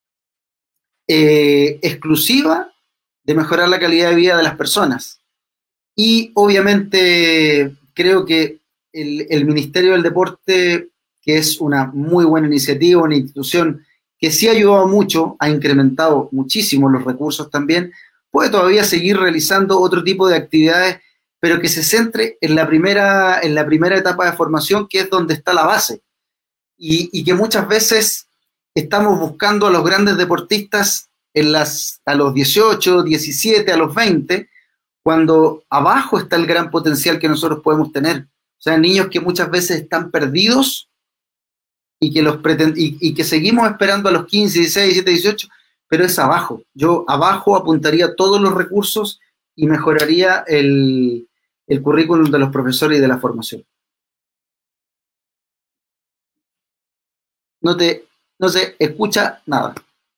exclusiva de mejorar la calidad de vida de las personas. Y obviamente creo que el Ministerio del Deporte, que es una muy buena iniciativa, una institución que sí ha ayudado mucho, ha incrementado muchísimo los recursos también, puede todavía seguir realizando otro tipo de actividades, pero que se centre en la primera etapa de formación, que es donde está la base, y que muchas veces estamos buscando a los grandes deportistas a los 18, 17, a los 20, cuando abajo está el gran potencial que nosotros podemos tener. O sea, niños que muchas veces están perdidos y que seguimos esperando a los 15, 16, 17, 18, pero es abajo. Yo abajo apuntaría todos los recursos y mejoraría el currículum de los profesores y de la formación. No se escucha nada.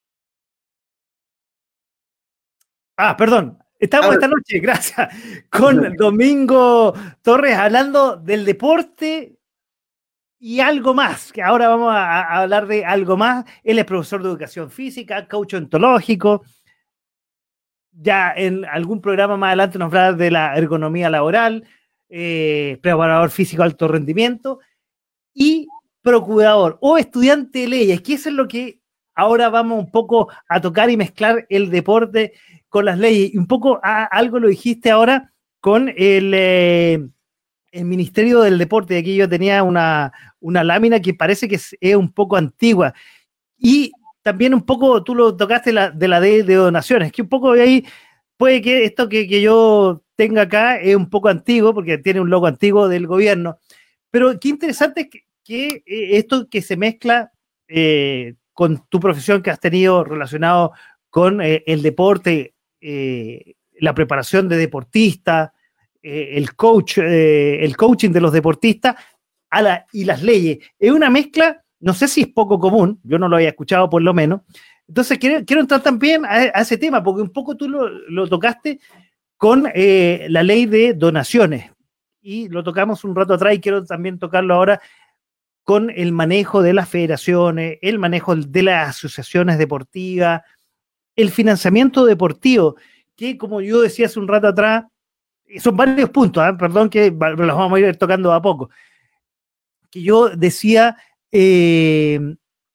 Perdón. Estamos esta noche, gracias, con Domingo Torres hablando del deporte y algo más, que ahora vamos a hablar de algo más. Él es profesor de educación física, coach ontológico. Ya en algún programa más adelante nos va a hablar de la ergonomía laboral, preparador físico de alto rendimiento y procurador o estudiante de leyes, que eso es lo que ahora vamos un poco a tocar y mezclar el deporte con las leyes. Y un poco algo lo dijiste ahora con el Ministerio del Deporte. Aquí yo tenía una lámina que parece que es un poco antigua. Y también un poco, tú lo tocaste de la ley de donaciones, que un poco de ahí puede que esto que yo tenga acá es un poco antiguo, porque tiene un logo antiguo del gobierno. Pero qué interesante que esto que se mezcla con tu profesión que has tenido relacionado con el deporte, la preparación de deportistas, el coaching de los deportistas y las leyes. Es una mezcla, no sé si es poco común, yo no lo había escuchado por lo menos. Entonces quiero entrar también a ese tema, porque un poco tú lo tocaste con la ley de donaciones, y lo tocamos un rato atrás y quiero también tocarlo ahora con el manejo de las federaciones, el manejo de las asociaciones deportivas, el financiamiento deportivo, que como yo decía hace un rato atrás, son varios puntos, perdón que los vamos a ir tocando a poco, que yo decía que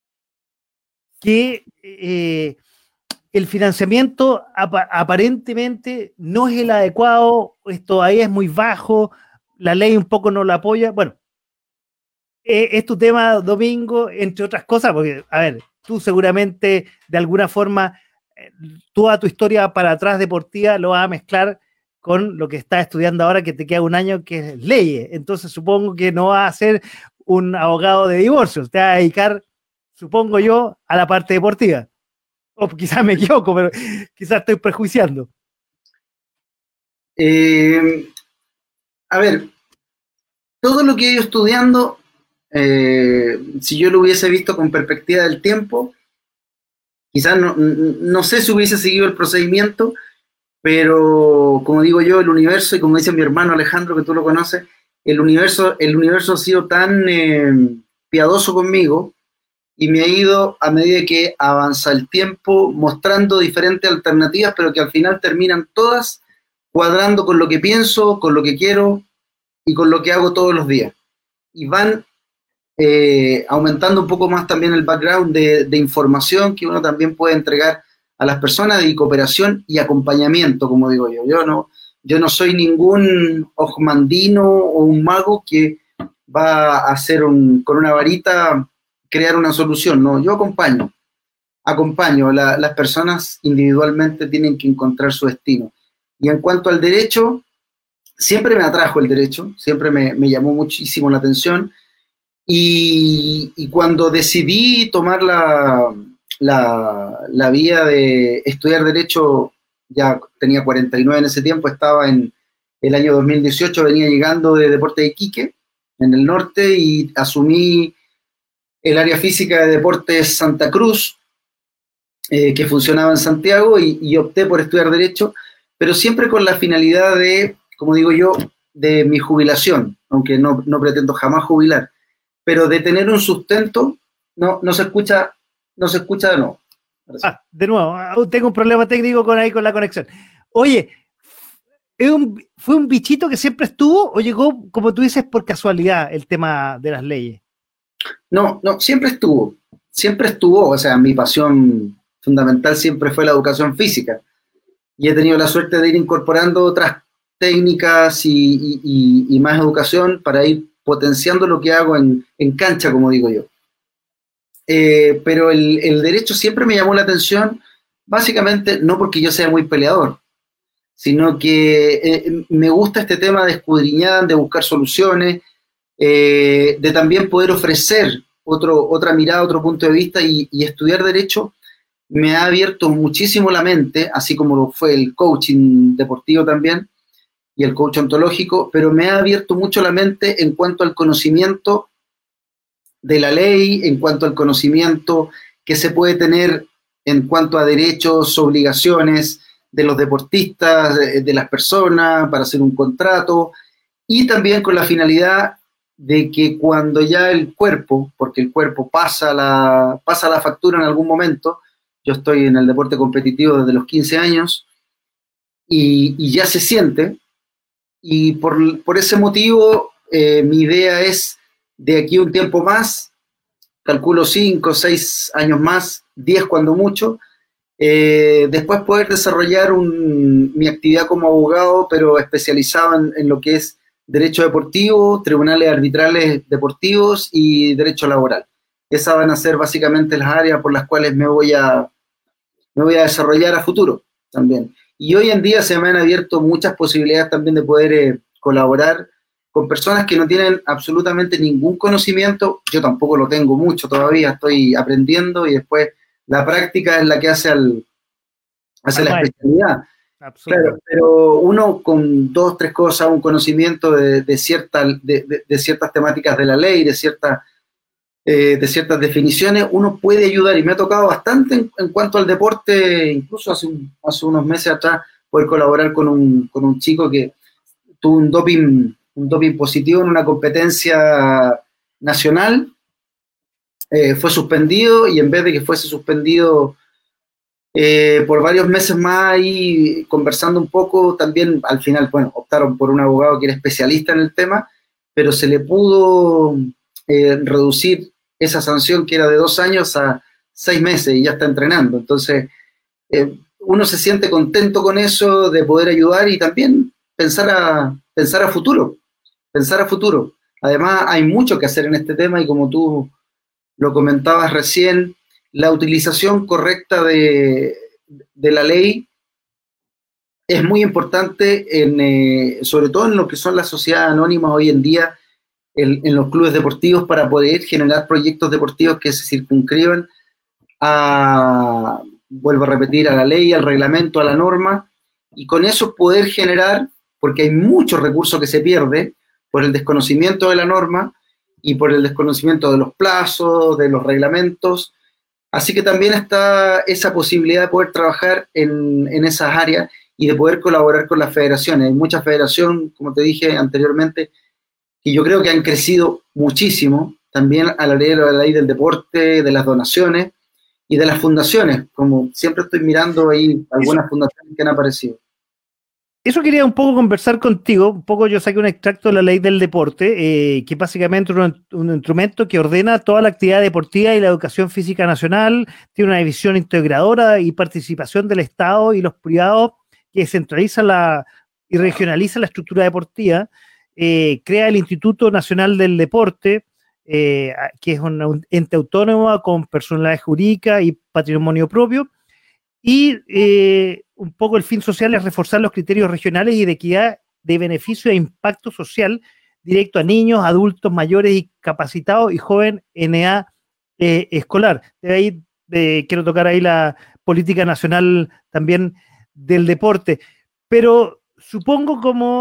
el financiamiento aparentemente no es el adecuado, esto ahí es muy bajo, la ley un poco no lo apoya. Bueno, es tu tema, Domingo, entre otras cosas, porque, a ver, tú seguramente de alguna forma toda tu historia para atrás deportiva lo vas a mezclar con lo que estás estudiando ahora, que te queda un año, que es leyes. Entonces supongo que no vas a ser un abogado de divorcios, te vas a dedicar, supongo yo, a la parte deportiva. O quizás me equivoco, pero quizás estoy prejuiciando.
A ver, todo lo que he ido estudiando, si yo lo hubiese visto con perspectiva del tiempo, quizás no sé si hubiese seguido el procedimiento, pero como digo yo, el universo, y como dice mi hermano Alejandro, que tú lo conoces, el universo ha sido tan piadoso conmigo y me ha ido, a medida que avanza el tiempo, mostrando diferentes alternativas, pero que al final terminan todas cuadrando con lo que pienso, con lo que quiero y con lo que hago todos los días. Y van aumentando un poco más también el background de información que uno también puede entregar a las personas, y cooperación y acompañamiento, como digo yo. Yo no soy ningún ojmandino o un mago que va a hacer con una varita crear una solución. No, yo acompaño. Las personas individualmente tienen que encontrar su destino. Y en cuanto al derecho, siempre me atrajo el derecho, siempre me llamó muchísimo la atención. Y cuando decidí tomar la vía de estudiar Derecho, ya tenía 49 en ese tiempo, estaba en el año 2018, venía llegando de Deporte de Iquique, en el norte, y asumí el área física de Deportes Santa Cruz, que funcionaba en Santiago, y opté por estudiar Derecho, pero siempre con la finalidad de, como digo yo, de mi jubilación, aunque no pretendo jamás jubilar, pero de tener un sustento. No se escucha de nuevo.
De nuevo, tengo un problema técnico con la conexión. Oye, ¿fue un bichito que siempre estuvo o llegó, como tú dices, por casualidad el tema de las leyes?
No, siempre estuvo, o sea, mi pasión fundamental siempre fue la educación física, y he tenido la suerte de ir incorporando otras técnicas y más educación para ir potenciando lo que hago en cancha, como digo yo. Pero el derecho siempre me llamó la atención, básicamente no porque yo sea muy peleador, sino que me gusta este tema de escudriñar, de buscar soluciones, de también poder ofrecer otra mirada, otro punto de vista, y estudiar derecho me ha abierto muchísimo la mente, así como lo fue el coaching deportivo también y el coach ontológico, pero me ha abierto mucho la mente en cuanto al conocimiento de la ley, en cuanto al conocimiento que se puede tener en cuanto a derechos, obligaciones de los deportistas, de las personas, para hacer un contrato, y también con la finalidad de que cuando ya el cuerpo, porque el cuerpo pasa la factura en algún momento, yo estoy en el deporte competitivo desde los 15 años, y ya se siente, y por ese motivo mi idea es, de aquí a un tiempo más, calculo 5, 6 años más, 10 cuando mucho, después poder desarrollar mi actividad como abogado, pero especializado en lo que es derecho deportivo, tribunales arbitrales deportivos y derecho laboral. Esas van a ser básicamente las áreas por las cuales me voy a desarrollar a futuro también. Y hoy en día se me han abierto muchas posibilidades también de poder colaborar con personas que no tienen absolutamente ningún conocimiento. Yo tampoco lo tengo mucho todavía, estoy aprendiendo y después la práctica es la que hace la especialidad. Claro, pero uno con dos, tres cosas, un conocimiento de ciertas temáticas de la ley, de ciertas definiciones, uno puede ayudar, y me ha tocado bastante en cuanto al deporte, incluso hace unos meses atrás, poder colaborar con un chico que tuvo un doping positivo en una competencia nacional, fue suspendido, y en vez de que fuese suspendido por varios meses más, y conversando un poco, también al final, bueno, optaron por un abogado que era especialista en el tema, pero se le pudo reducir esa sanción, que era de 2 años, a 6 meses, y ya está entrenando. Entonces, uno se siente contento con eso, de poder ayudar y también pensar a futuro, pensar a futuro. Además, hay mucho que hacer en este tema, y como tú lo comentabas recién, la utilización correcta de la ley es muy importante, sobre todo en lo que son las sociedades anónimas hoy en día, en los clubes deportivos, para poder generar proyectos deportivos que se circunscriban vuelvo a repetir, a la ley, al reglamento, a la norma, y con eso poder generar, porque hay muchos recursos que se pierde por el desconocimiento de la norma y por el desconocimiento de los plazos, de los reglamentos. Así que también está esa posibilidad de poder trabajar en esas áreas y de poder colaborar con las federaciones. Hay muchas federaciones, como te dije anteriormente, que yo creo que han crecido muchísimo, también a la ley del deporte, de las donaciones y de las fundaciones, como siempre estoy mirando ahí algunas fundaciones que han aparecido.
Eso quería un poco conversar contigo. Un poco yo saqué un extracto de la ley del deporte, que es básicamente un instrumento que ordena toda la actividad deportiva y la educación física nacional, tiene una visión integradora y participación del Estado y los privados, que centraliza y regionaliza la estructura deportiva, crea el Instituto Nacional del Deporte, que es un ente autónomo con personalidad jurídica y patrimonio propio, y un poco el fin social es reforzar los criterios regionales y de equidad de beneficio e impacto social directo a niños, adultos mayores y capacitados y jóvenes en edad escolar. De ahí quiero tocar ahí la política nacional también del deporte, pero supongo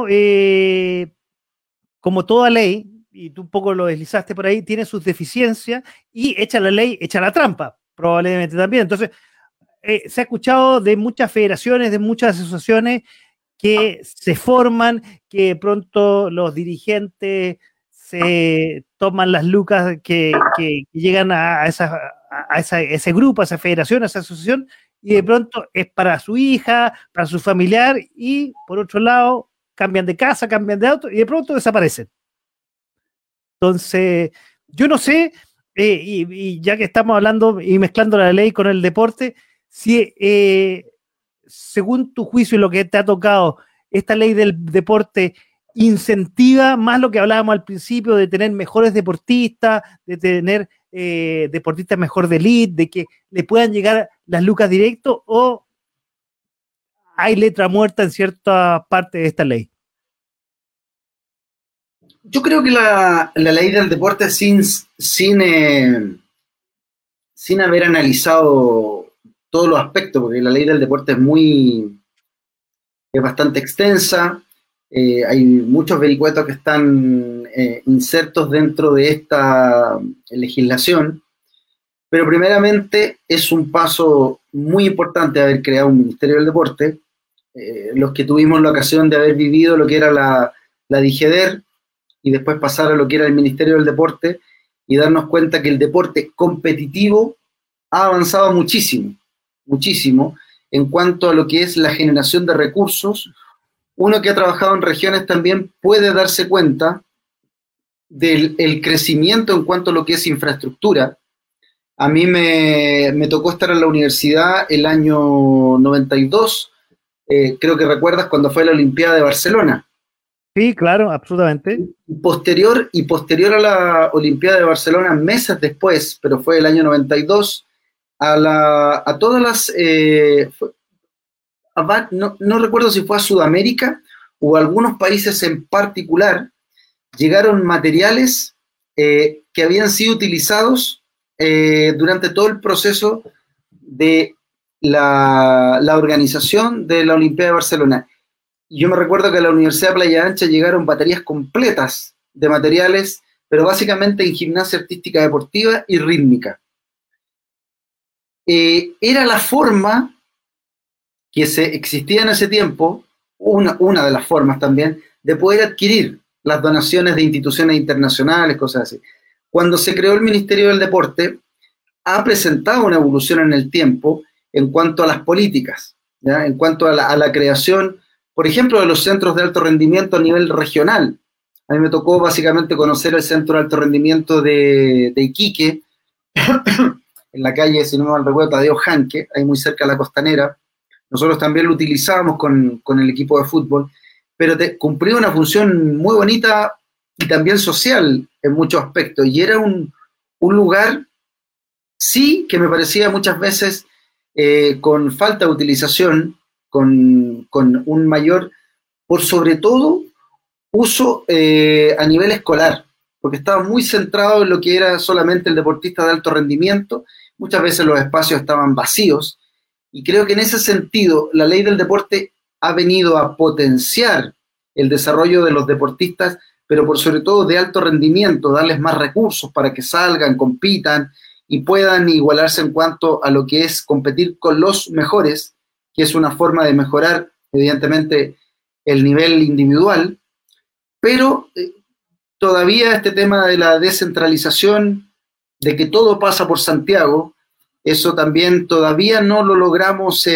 como toda ley, y tú un poco lo deslizaste por ahí, tiene sus deficiencias, y echa la ley, echa la trampa, probablemente también. Entonces, se ha escuchado de muchas federaciones, de muchas asociaciones que se forman, que de pronto los dirigentes se toman las lucas que llegan a ese grupo, a esa federación, a esa asociación, y de pronto es para su hija, para su familiar, y por otro lado cambian de casa, cambian de auto, y de pronto desaparecen. Entonces, yo no sé, y ya que estamos hablando y mezclando la ley con el deporte, si según tu juicio y lo que te ha tocado, esta ley del deporte incentiva más lo que hablábamos al principio, de tener mejores deportistas, de tener deportistas mejor de elite, de que le puedan llegar las lucas directo, o hay letra muerta en cierta parte de esta ley.
Yo creo que la ley del deporte, sin haber analizado todos los aspectos, porque la ley del deporte es bastante extensa, hay muchos vericuetos que están insertos dentro de esta legislación, pero primeramente es un paso muy importante haber creado un Ministerio del Deporte. Los que tuvimos la ocasión de haber vivido lo que era la DIGEDER, y después pasar a lo que era el Ministerio del Deporte, y darnos cuenta que el deporte competitivo ha avanzado muchísimo, muchísimo, en cuanto a lo que es la generación de recursos. Uno que ha trabajado en regiones también puede darse cuenta del crecimiento en cuanto a lo que es infraestructura. A mí me tocó estar en la universidad el año 92, creo que recuerdas cuando fue la Olimpiada de Barcelona.
Sí, claro, absolutamente.
Y posterior a la Olimpiada de Barcelona, meses después, pero fue el año 92, a todas las, no recuerdo si fue a Sudamérica o a algunos países en particular, llegaron materiales que habían sido utilizados durante todo el proceso de la organización de la Olimpiada de Barcelona. Yo me recuerdo que a la Universidad de Playa Ancha llegaron baterías completas de materiales, pero básicamente en gimnasia artística deportiva y rítmica. Era la forma que existía en ese tiempo, una de las formas también, de poder adquirir las donaciones de instituciones internacionales, cosas así. Cuando se creó el Ministerio del Deporte, ha presentado una evolución en el tiempo en cuanto a las políticas, ¿ya? En cuanto a la creación, por ejemplo, de los centros de alto rendimiento a nivel regional. A mí me tocó básicamente conocer el centro de alto rendimiento de Iquique, en la calle, si no me mal recuerdo, Tadeo Janque, ahí muy cerca de la Costanera. Nosotros también lo utilizábamos con el equipo de fútbol, pero cumplía una función muy bonita y también social en muchos aspectos. Y era un lugar, sí, que me parecía muchas veces con falta de utilización, con un mayor, por sobre todo, uso a nivel escolar, porque estaba muy centrado en lo que era solamente el deportista de alto rendimiento. Muchas veces los espacios estaban vacíos, y creo que en ese sentido la ley del deporte ha venido a potenciar el desarrollo de los deportistas, pero por sobre todo de alto rendimiento, darles más recursos para que salgan, compitan y puedan igualarse en cuanto a lo que es competir con los mejores, que es una forma de mejorar, evidentemente, el nivel individual, pero todavía este tema de la descentralización, de que todo pasa por Santiago, eso también todavía no lo logramos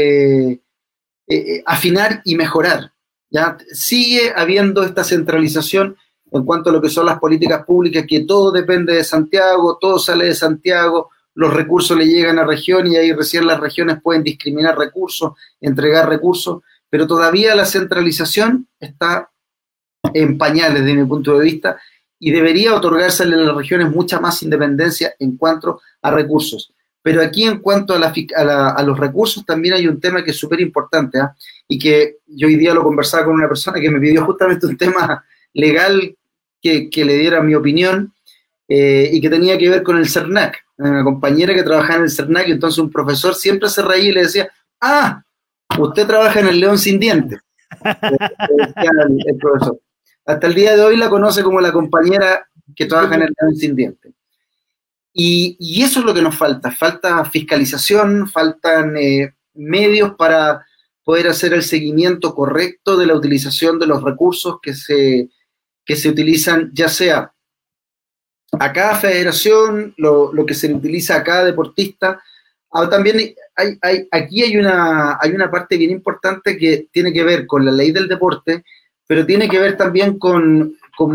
afinar y mejorar. ¿Ya? Sigue habiendo esta centralización en cuanto a lo que son las políticas públicas, que todo depende de Santiago, todo sale de Santiago, los recursos le llegan a región y ahí recién las regiones pueden discriminar recursos, entregar recursos, pero todavía la centralización está en pañales desde mi punto de vista y debería otorgársele a las regiones mucha más independencia en cuanto a recursos. Pero aquí en cuanto a los recursos también hay un tema que es súper importante, ¿eh? Y que yo hoy día lo conversaba con una persona que me pidió justamente un tema legal que le diera mi opinión y que tenía que ver con el CERNAC. Una compañera que trabajaba en el CERNAC y entonces un profesor siempre se reía y le decía, ah, usted trabaja en el León sin dientes. El profesor. Hasta el día de hoy la conoce como la compañera que trabaja en el León sin dientes. Y eso es lo que nos falta. Falta fiscalización, faltan medios para poder hacer el seguimiento correcto de la utilización de los recursos que se utilizan, ya sea a cada federación, lo que se le utiliza a cada deportista. También aquí hay una parte bien importante que tiene que ver con la ley del deporte, pero tiene que ver también con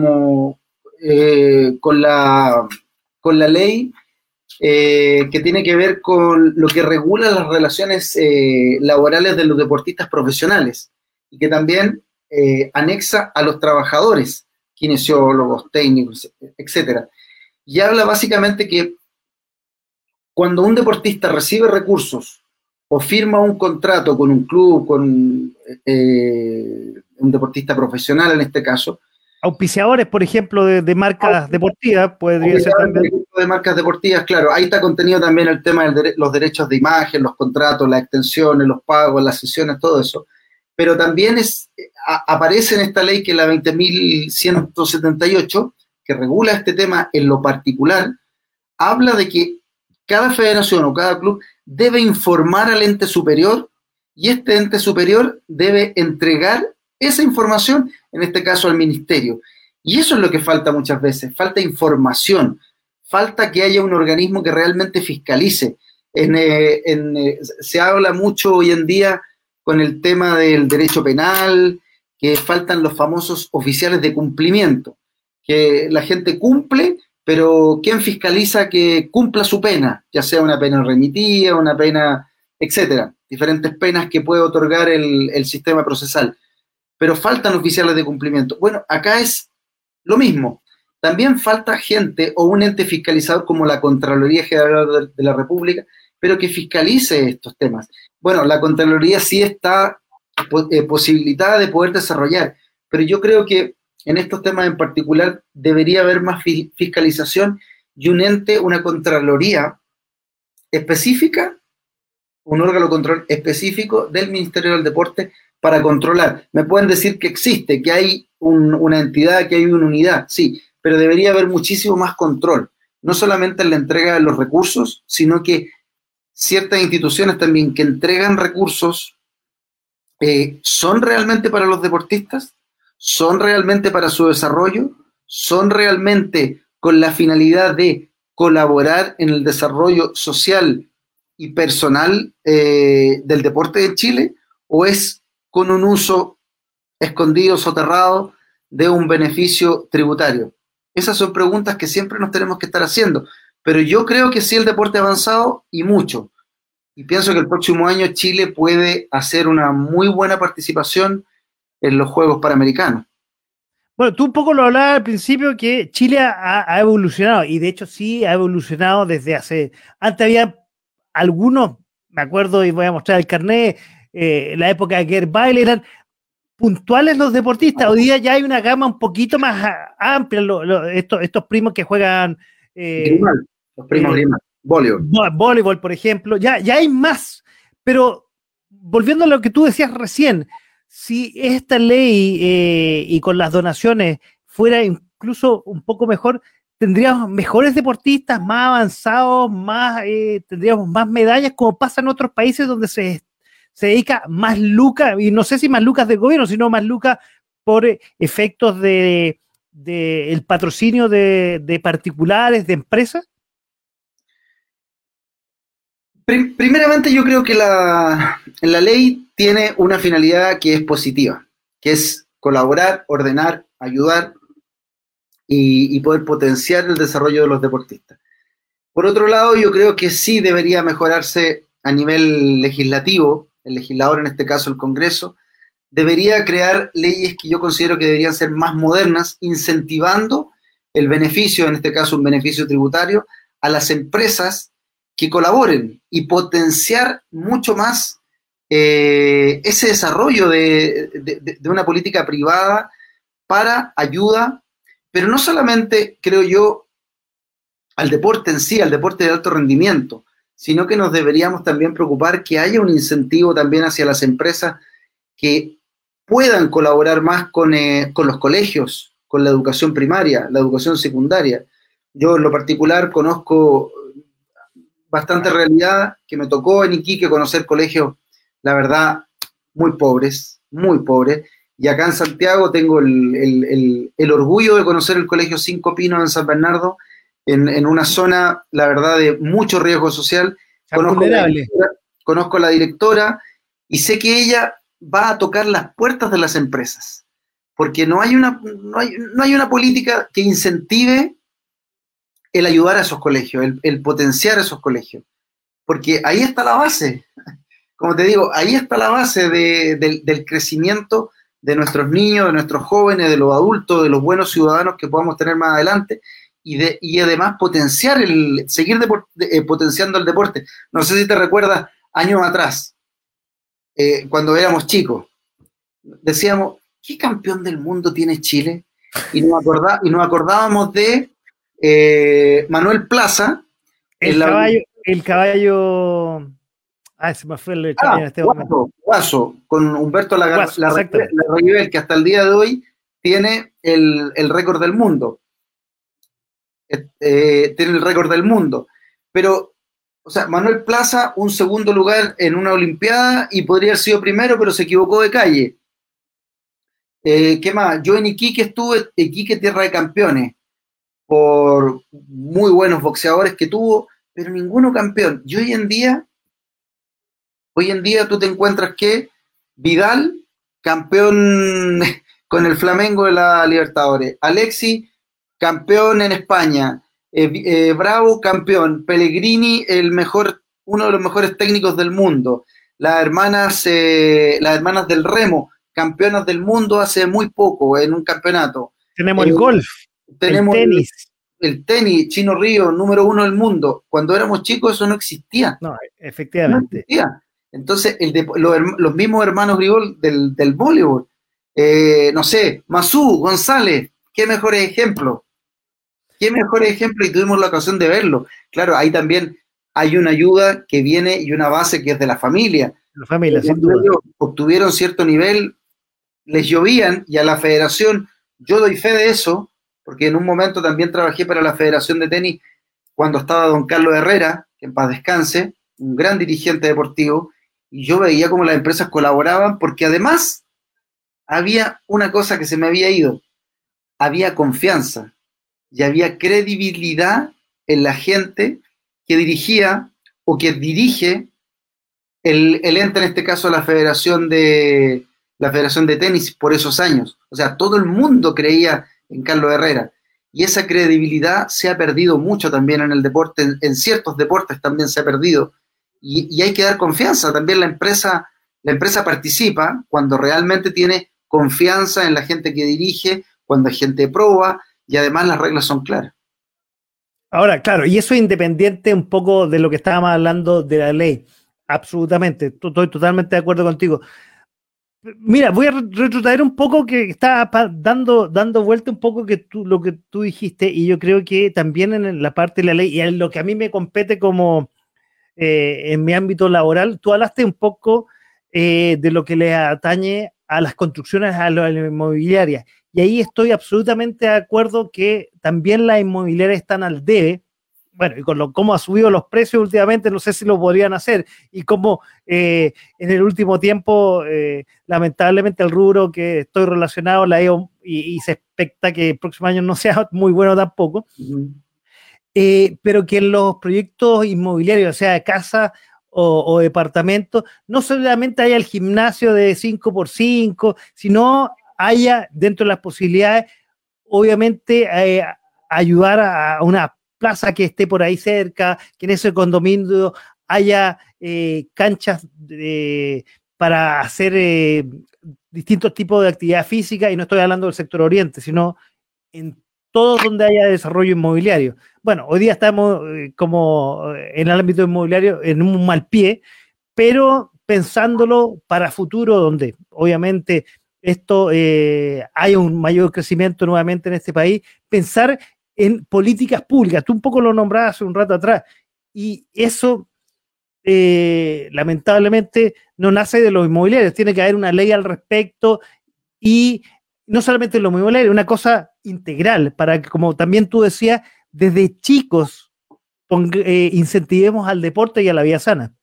la ley que tiene que ver con lo que regula las relaciones laborales de los deportistas profesionales y que también anexa a los trabajadores, kinesiólogos, técnicos, etcétera. Y habla básicamente que cuando un deportista recibe recursos o firma un contrato con un club, con un deportista profesional en este caso,
auspiciadores, por ejemplo, de marcas deportivas, podría ser también.
De marcas deportivas, claro. Ahí está contenido también el tema de los derechos de imagen, los contratos, las extensiones, los pagos, las sesiones, todo eso. Pero también aparece en esta ley, que es la 20.178, que regula este tema en lo particular, habla de que cada federación o cada club debe informar al ente superior y este ente superior debe entregar esa información, en este caso al ministerio. Y eso es lo que falta muchas veces, falta información, falta que haya un organismo que realmente fiscalice. Se habla mucho hoy en día con el tema del derecho penal, que faltan los famosos oficiales de cumplimiento, que la gente cumple, pero ¿quién fiscaliza que cumpla su pena? Ya sea una pena remitida, una pena, etcétera, diferentes penas que puede otorgar el sistema procesal. pero faltan oficiales de cumplimiento. Bueno, acá es lo mismo. También falta gente o un ente fiscalizador como la Contraloría General de la República, pero que fiscalice estos temas. Bueno, la Contraloría sí está posibilitada de poder desarrollar, pero yo creo que en estos temas en particular debería haber más fiscalización y un ente, una Contraloría específica, un órgano de control específico del Ministerio del Deporte para controlar. Me pueden decir que existe, que hay una entidad, que hay una unidad, sí, pero debería haber muchísimo más control, no solamente en la entrega de los recursos, sino que ciertas instituciones también que entregan recursos son realmente para los deportistas, son realmente para su desarrollo, son realmente con la finalidad de colaborar en el desarrollo social y personal del deporte de Chile, o es con un uso escondido, soterrado de un beneficio tributario. Esas son preguntas que siempre nos tenemos que estar haciendo, pero yo creo que sí el deporte ha avanzado y mucho, y pienso que el próximo año Chile puede hacer una muy buena participación en los Juegos Panamericanos.
Bueno, tú un poco lo hablabas al principio que Chile ha evolucionado, y de hecho sí ha evolucionado desde hace... Antes había algunos, me acuerdo, y voy a mostrar el carnet, la época de Gerd Baile, eran puntuales los deportistas. Hoy día ya hay una gama un poquito más amplia, estos primos que juegan...
Grimal, los primos Grimal,
voleibol, por ejemplo, ya hay más, pero volviendo a lo que tú decías recién, si esta ley y con las donaciones fuera incluso un poco mejor, tendríamos mejores deportistas, más avanzados, tendríamos más medallas, como pasa en otros países donde se dedica más lucas, y no sé si más lucas del gobierno, sino más lucas por efectos de el patrocinio de particulares, de empresas.
Primeramente yo creo que la ley tiene una finalidad que es positiva, que es colaborar, ordenar, ayudar y poder potenciar el desarrollo de los deportistas. Por otro lado, yo creo que sí debería mejorarse a nivel legislativo, el legislador, en este caso el Congreso, debería crear leyes que yo considero que deberían ser más modernas, incentivando el beneficio, en este caso un beneficio tributario, a las empresas que colaboren y potenciar mucho más ese desarrollo de una política privada para ayuda, pero no solamente, creo yo, al deporte en sí, al deporte de alto rendimiento, sino que nos deberíamos también preocupar que haya un incentivo también hacia las empresas que puedan colaborar más con los colegios, con la educación primaria, la educación secundaria. Yo en lo particular conozco bastante realidad, que me tocó en Iquique conocer colegios, la verdad, muy pobres, y acá en Santiago tengo el orgullo de conocer el Colegio Cinco Pinos en San Bernardo, en una zona, la verdad, de mucho riesgo social. Conozco a la directora y sé que ella va a tocar las puertas de las empresas, porque no hay una política que incentive el ayudar a esos colegios, el potenciar esos colegios, porque ahí está la base, como te digo, ahí está la base del crecimiento de nuestros niños, de nuestros jóvenes, de los adultos, de los buenos ciudadanos que podamos tener más adelante, y además seguir potenciando el deporte. No sé si te recuerdas, años atrás, cuando éramos chicos, decíamos, ¿qué campeón del mundo tiene Chile? Y nos acordábamos de Manuel Plaza.
El caballo. Se me fue el caballo en este momento.
Guaso, con Humberto Larraguibel, que hasta el día de hoy tiene el récord del mundo. Tiene el récord del mundo. Pero, o sea, Manuel Plaza, un segundo lugar en una Olimpiada y podría haber sido primero, pero se equivocó de calle. ¿Qué más? Yo en Iquique estuve, Iquique tierra de campeones, por muy buenos boxeadores que tuvo, pero ninguno campeón. Y hoy en día tú te encuentras que Vidal, campeón con el Flamengo de la Libertadores, Alexis, campeón en España, Bravo, campeón, Pellegrini, uno de los mejores técnicos del mundo, las hermanas del remo, campeonas del mundo hace muy poco en un campeonato.
Tenemos el golf,
Tenemos
el tenis.
el tenis, Chino Río, número 1 del mundo. Cuando éramos chicos eso no existía.
No,
No
efectivamente.
existía. Entonces, los mismos hermanos Grigol del voleibol, no sé, Masú, González, qué mejores ejemplos. Qué mejor ejemplo, y tuvimos la ocasión de verlo. Claro, ahí también hay una ayuda que viene y una base que es de la familia.
La familia, sin
Cuando
duda.
ellos obtuvieron cierto nivel, les llovían, y a la federación, yo doy fe de eso, porque en un momento también trabajé para la Federación de Tenis cuando estaba don Carlos Herrera, que en paz descanse, un gran dirigente deportivo, y yo veía cómo las empresas colaboraban, porque además había una cosa que se me había ido, había confianza y había credibilidad en la gente que dirigía o que dirige el ente, en este caso la Federación de Tenis, por esos años. O sea, todo el mundo creía en Carlos Herrera. Y esa credibilidad se ha perdido mucho también en el deporte, en ciertos deportes también se ha perdido. Y hay que dar confianza. También la empresa participa cuando realmente tiene confianza en la gente que dirige, cuando hay gente proba, y además las reglas son claras.
Ahora, claro, y eso es independiente un poco de lo que estábamos hablando de la ley. Absolutamente, estoy totalmente de acuerdo contigo. Mira, voy a retrotraer un poco que estaba dando vuelta un poco lo que tú dijiste, y yo creo que también en la parte de la ley y en lo que a mí me compete como en mi ámbito laboral, tú hablaste un poco de lo que le atañe a las construcciones, a las inmobiliarias, y ahí estoy absolutamente de acuerdo que también las inmobiliarias están al debe. Bueno, y con cómo ha subido los precios últimamente, no sé si lo podrían hacer, y cómo en el último tiempo, lamentablemente, el rubro que estoy relacionado y se expecta que el próximo año no sea muy bueno tampoco, pero que en los proyectos inmobiliarios, o sea, de casa o departamentos, no solamente haya el gimnasio de 5x5, sino haya dentro de las posibilidades, obviamente, ayudar a una plaza que esté por ahí cerca, que en ese condominio haya canchas para hacer distintos tipos de actividad física, y no estoy hablando del sector oriente, sino en todos donde haya desarrollo inmobiliario. Bueno, hoy día estamos como en el ámbito inmobiliario en un mal pie, pero pensándolo para futuro, donde obviamente esto haya un mayor crecimiento nuevamente en este país, pensar en políticas públicas. Tú un poco lo nombrabas hace un rato atrás, y eso lamentablemente no nace de los inmobiliarios. Tiene que haber una ley al respecto, y no solamente los inmobiliarios, una cosa integral para que, como también tú decías, desde chicos incentivemos al deporte y a la vida sana.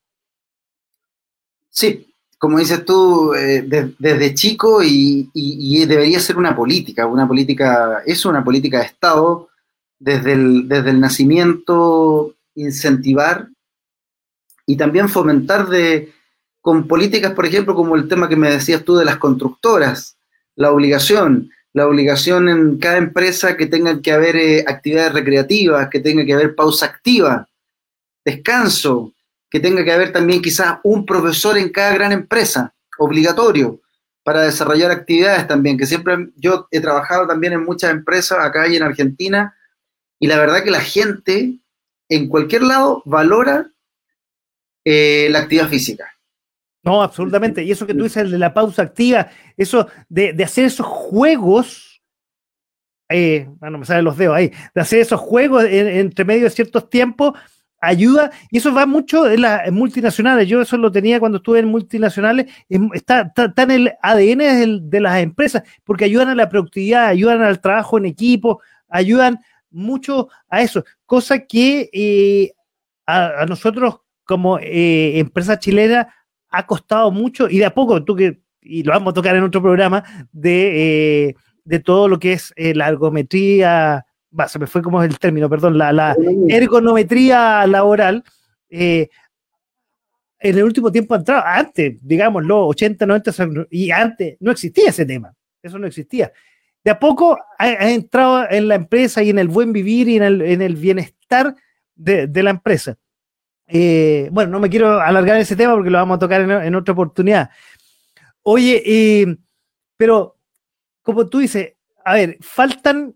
Sí, como dices tú, desde chico, y debería ser una política, es una política de Estado, desde el nacimiento, incentivar y también fomentar con políticas, por ejemplo, como el tema que me decías tú de las constructoras, la obligación en cada empresa que tenga que haber actividades recreativas, que tenga que haber pausa activa, descanso, que tenga que haber también quizás un profesor en cada gran empresa, obligatorio, para desarrollar actividades también, que siempre yo he trabajado también en muchas empresas acá y en Argentina, y la verdad que la gente en cualquier lado valora la actividad física.
No, absolutamente. Y eso que tú dices, el de la pausa activa, eso de hacer esos juegos, bueno, me salen los dedos ahí, de hacer esos juegos entre medio de ciertos tiempos, ayuda, y eso va mucho en las multinacionales. Yo eso lo tenía cuando estuve en multinacionales, está en el ADN de las empresas, porque ayudan a la productividad, ayudan al trabajo en equipo, ayudan mucho a eso, cosa que a nosotros como empresa chilena ha costado mucho, y de a poco, y lo vamos a tocar en otro programa, de todo lo que es la ergometría, se me fue como es el término, perdón, la ergonometría laboral, en el último tiempo ha entrado, antes, digámoslo, 80, 90, y antes no existía ese tema, eso no existía. De a poco ha entrado en la empresa y en el buen vivir y en el bienestar de la empresa. Bueno, no me quiero alargar en ese tema porque lo vamos a tocar en otra oportunidad. Oye, pero como tú dices, a ver, faltan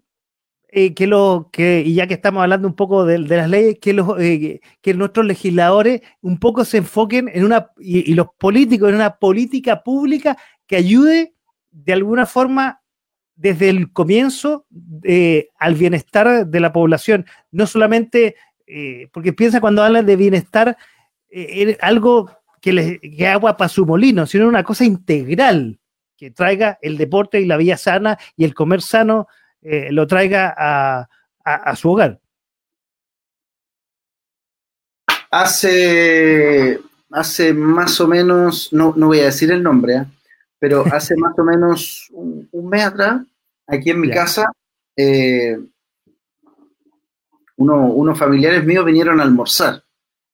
y ya que estamos hablando un poco de las leyes, que nuestros legisladores un poco se enfoquen y los políticos en una política pública que ayude de alguna forma desde el comienzo al bienestar de la población, no solamente, porque piensa cuando hablan de bienestar, algo que agua para su molino, sino una cosa integral, que traiga el deporte y la vida sana y el comer sano, lo traiga a su hogar.
Hace más o menos, no voy a decir el nombre, pero hace más o menos un mes atrás, aquí en mi casa, unos familiares míos vinieron a almorzar.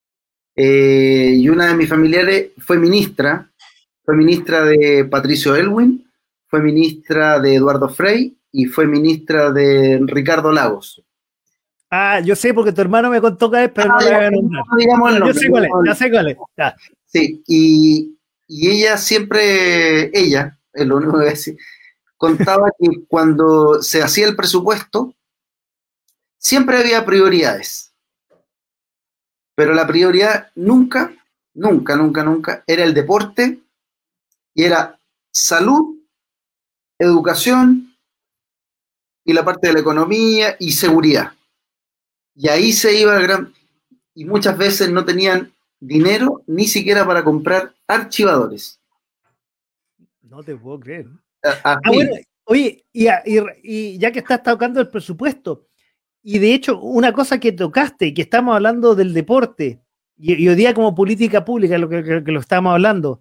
Y una de mis familiares fue ministra de Patricio Elwin, fue ministra de Eduardo Frei y fue ministra de Ricardo Lagos.
Ah, yo sé porque tu hermano me contó que es, pero no le voy a nombrar. No digamos el nombre. Yo sé cuál es, ya sé cuál es. Ya.
Sí, y ella siempre, es lo único que voy a decir, contaba que cuando se hacía el presupuesto, siempre había prioridades. Pero la prioridad nunca era el deporte y era salud, educación y la parte de la economía y seguridad. Y ahí se iba y muchas veces no tenían dinero ni siquiera para comprar archivadores.
No te puedo creer. Bueno, oye, y ya que estás tocando el presupuesto, y de hecho, una cosa que tocaste, que estamos hablando del deporte, y hoy día como política pública, lo que lo estamos hablando,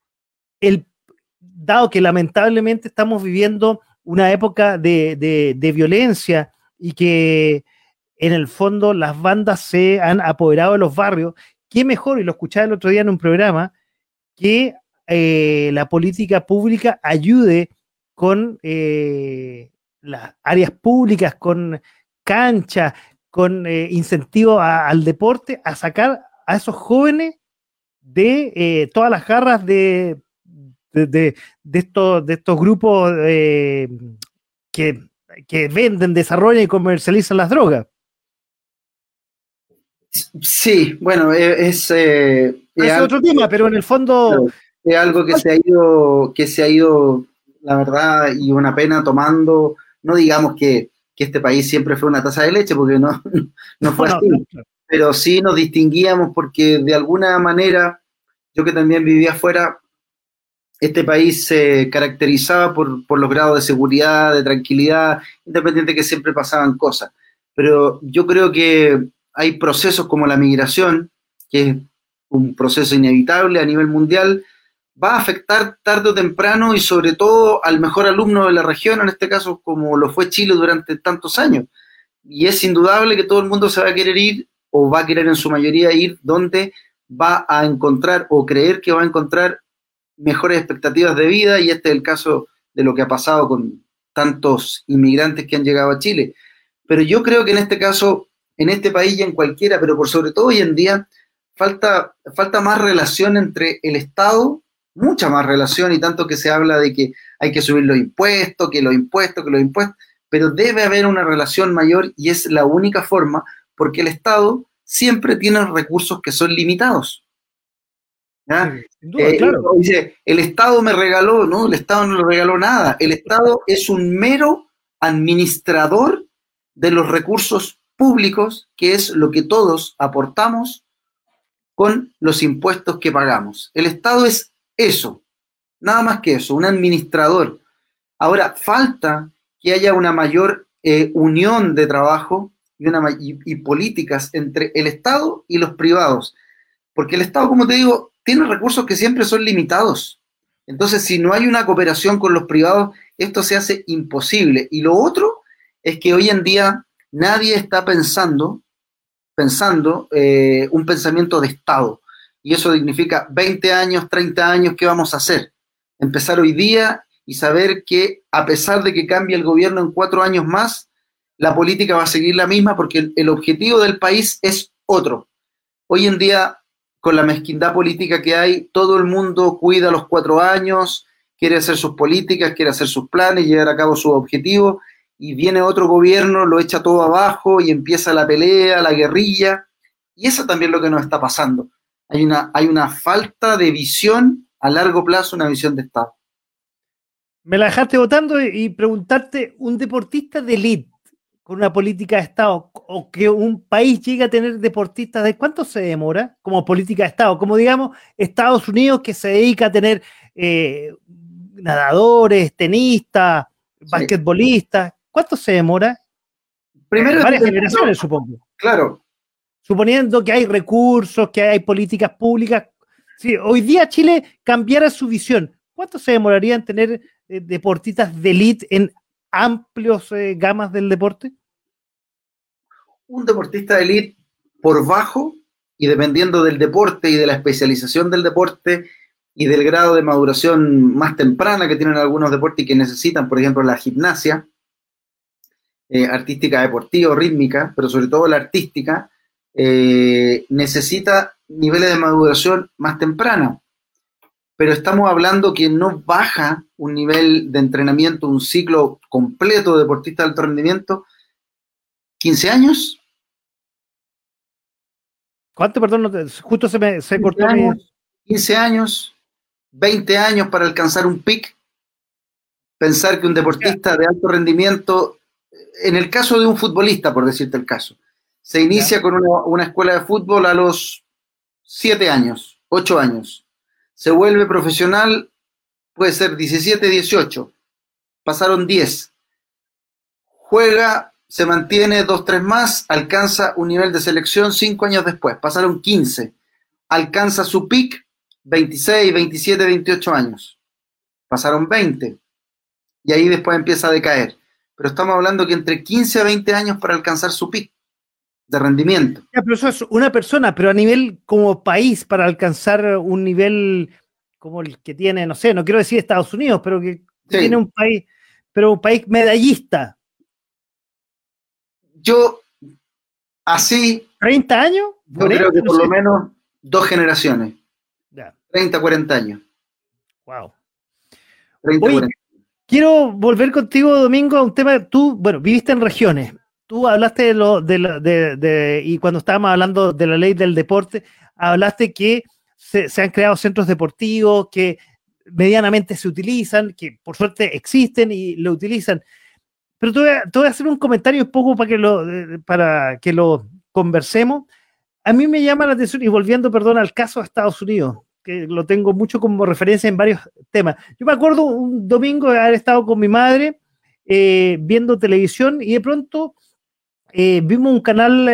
dado que lamentablemente estamos viviendo una época de violencia y que en el fondo las bandas se han apoderado de los barrios, qué mejor, y lo escuchaba el otro día en un programa, que la política pública ayude con las áreas públicas, con canchas, con incentivos al deporte, a sacar a esos jóvenes de todas las garras de estos grupos que venden, desarrollan y comercializan las drogas.
Sí, bueno, es
otro tema, pero en el fondo
es algo que se ha ido, la verdad, y una pena tomando. No digamos que este país siempre fue una taza de leche, porque no fue así, pero sí nos distinguíamos porque de alguna manera, yo que también vivía afuera, este país se caracterizaba por los grados de seguridad, de tranquilidad, independiente que siempre pasaban cosas. Pero yo creo que hay procesos como la migración, que es un proceso inevitable a nivel mundial, va a afectar tarde o temprano y sobre todo al mejor alumno de la región, en este caso como lo fue Chile durante tantos años. Y es indudable que todo el mundo se va a querer ir, o va a querer en su mayoría ir donde va a encontrar o creer que va a encontrar mejores expectativas de vida, y este es el caso de lo que ha pasado con tantos inmigrantes que han llegado a Chile. Pero yo creo que en este caso, en este país y en cualquiera, pero por sobre todo hoy en día, falta más relación entre el Estado, mucha más relación, y tanto que se habla de que hay que subir los impuestos, pero debe haber una relación mayor, y es la única forma, porque el Estado siempre tiene recursos que son limitados. ¿Ya? Sin duda, claro. Dice, el Estado me regaló, no, el Estado no le regaló nada. El Estado es un mero administrador de los recursos públicos, que es lo que todos aportamos con los impuestos que pagamos. El Estado es eso, nada más que eso, un administrador. Ahora, falta que haya una mayor unión de trabajo y políticas entre el Estado y los privados, porque el Estado, como te digo, tiene recursos que siempre son limitados. Entonces, si no hay una cooperación con los privados, esto se hace imposible. Y lo otro es que hoy en día nadie está pensando un pensamiento de Estado. Y eso significa 20 años, 30 años, ¿qué vamos a hacer? Empezar hoy día y saber que a pesar de que cambie el gobierno en 4 años más, la política va a seguir la misma, porque el objetivo del país es otro. Hoy en día, con la mezquindad política que hay, todo el mundo cuida los 4 años quiere hacer sus políticas, quiere hacer sus planes, llevar a cabo sus objetivos, y viene otro gobierno, lo echa todo abajo y empieza la pelea, la guerrilla, y eso también es lo que nos está pasando. Hay una falta de visión a largo plazo, una visión de Estado.
Me la dejaste votando y preguntarte, un deportista de élite con una política de Estado, o que un país llegue a tener deportistas, ¿de cuánto se demora como política de Estado? Como digamos Estados Unidos, que se dedica a tener nadadores, tenistas, basquetbolistas, ¿cuánto se demora?
Primero,
varias generaciones, supongo.
Claro.
Suponiendo que hay recursos, que hay políticas públicas. Si hoy día Chile cambiara su visión, ¿cuánto se demoraría en tener deportistas de élite en amplios gamas del deporte?
Un deportista de élite por bajo, y dependiendo del deporte y de la especialización del deporte y del grado de maduración más temprana que tienen algunos deportes y que necesitan, por ejemplo, la gimnasia, artística deportiva o rítmica, pero sobre todo la artística, necesita niveles de maduración más temprana. Pero estamos hablando que no baja un nivel de entrenamiento, un ciclo completo de deportista de alto rendimiento, 15 años.
¿Cuánto? Perdón, justo se cortó.
15 años, 20 años para alcanzar un pic. Pensar que un deportista de alto rendimiento, en el caso de un futbolista, por decirte el caso, se inicia con una escuela de fútbol a los 7 años, 8 años. Se vuelve profesional, puede ser 17, 18. Pasaron 10. Juega, se mantiene 2, 3 más, alcanza un nivel de selección 5 años después. Pasaron 15. Alcanza su pic 26, 27, 28 años. Pasaron 20. Y ahí después empieza a decaer. Pero estamos hablando que entre 15 a 20 años para alcanzar su pic de rendimiento.
Ya, pero eso es una persona, pero a nivel como país, para alcanzar un nivel como el que tiene, no sé, no quiero decir Estados Unidos, pero que tiene un país, pero un país medallista.
Yo, así...
¿30 años?
Yo creo que por lo menos 2 generaciones.
Ya.
30, 40 años.
Wow.
30,
Oye,
40.
Quiero volver contigo, Domingo, a un tema. Tú, bueno, viviste en regiones. Tú hablaste y cuando estábamos hablando de la ley del deporte, hablaste que se han creado centros deportivos que medianamente se utilizan, que por suerte existen y lo utilizan. Pero te voy a hacer un comentario un poco para que lo conversemos. A mí me llama la atención, y volviendo, perdón, al caso de Estados Unidos, que lo tengo mucho como referencia en varios temas. Yo me acuerdo un domingo de haber estado con mi madre viendo televisión y de pronto vimos un canal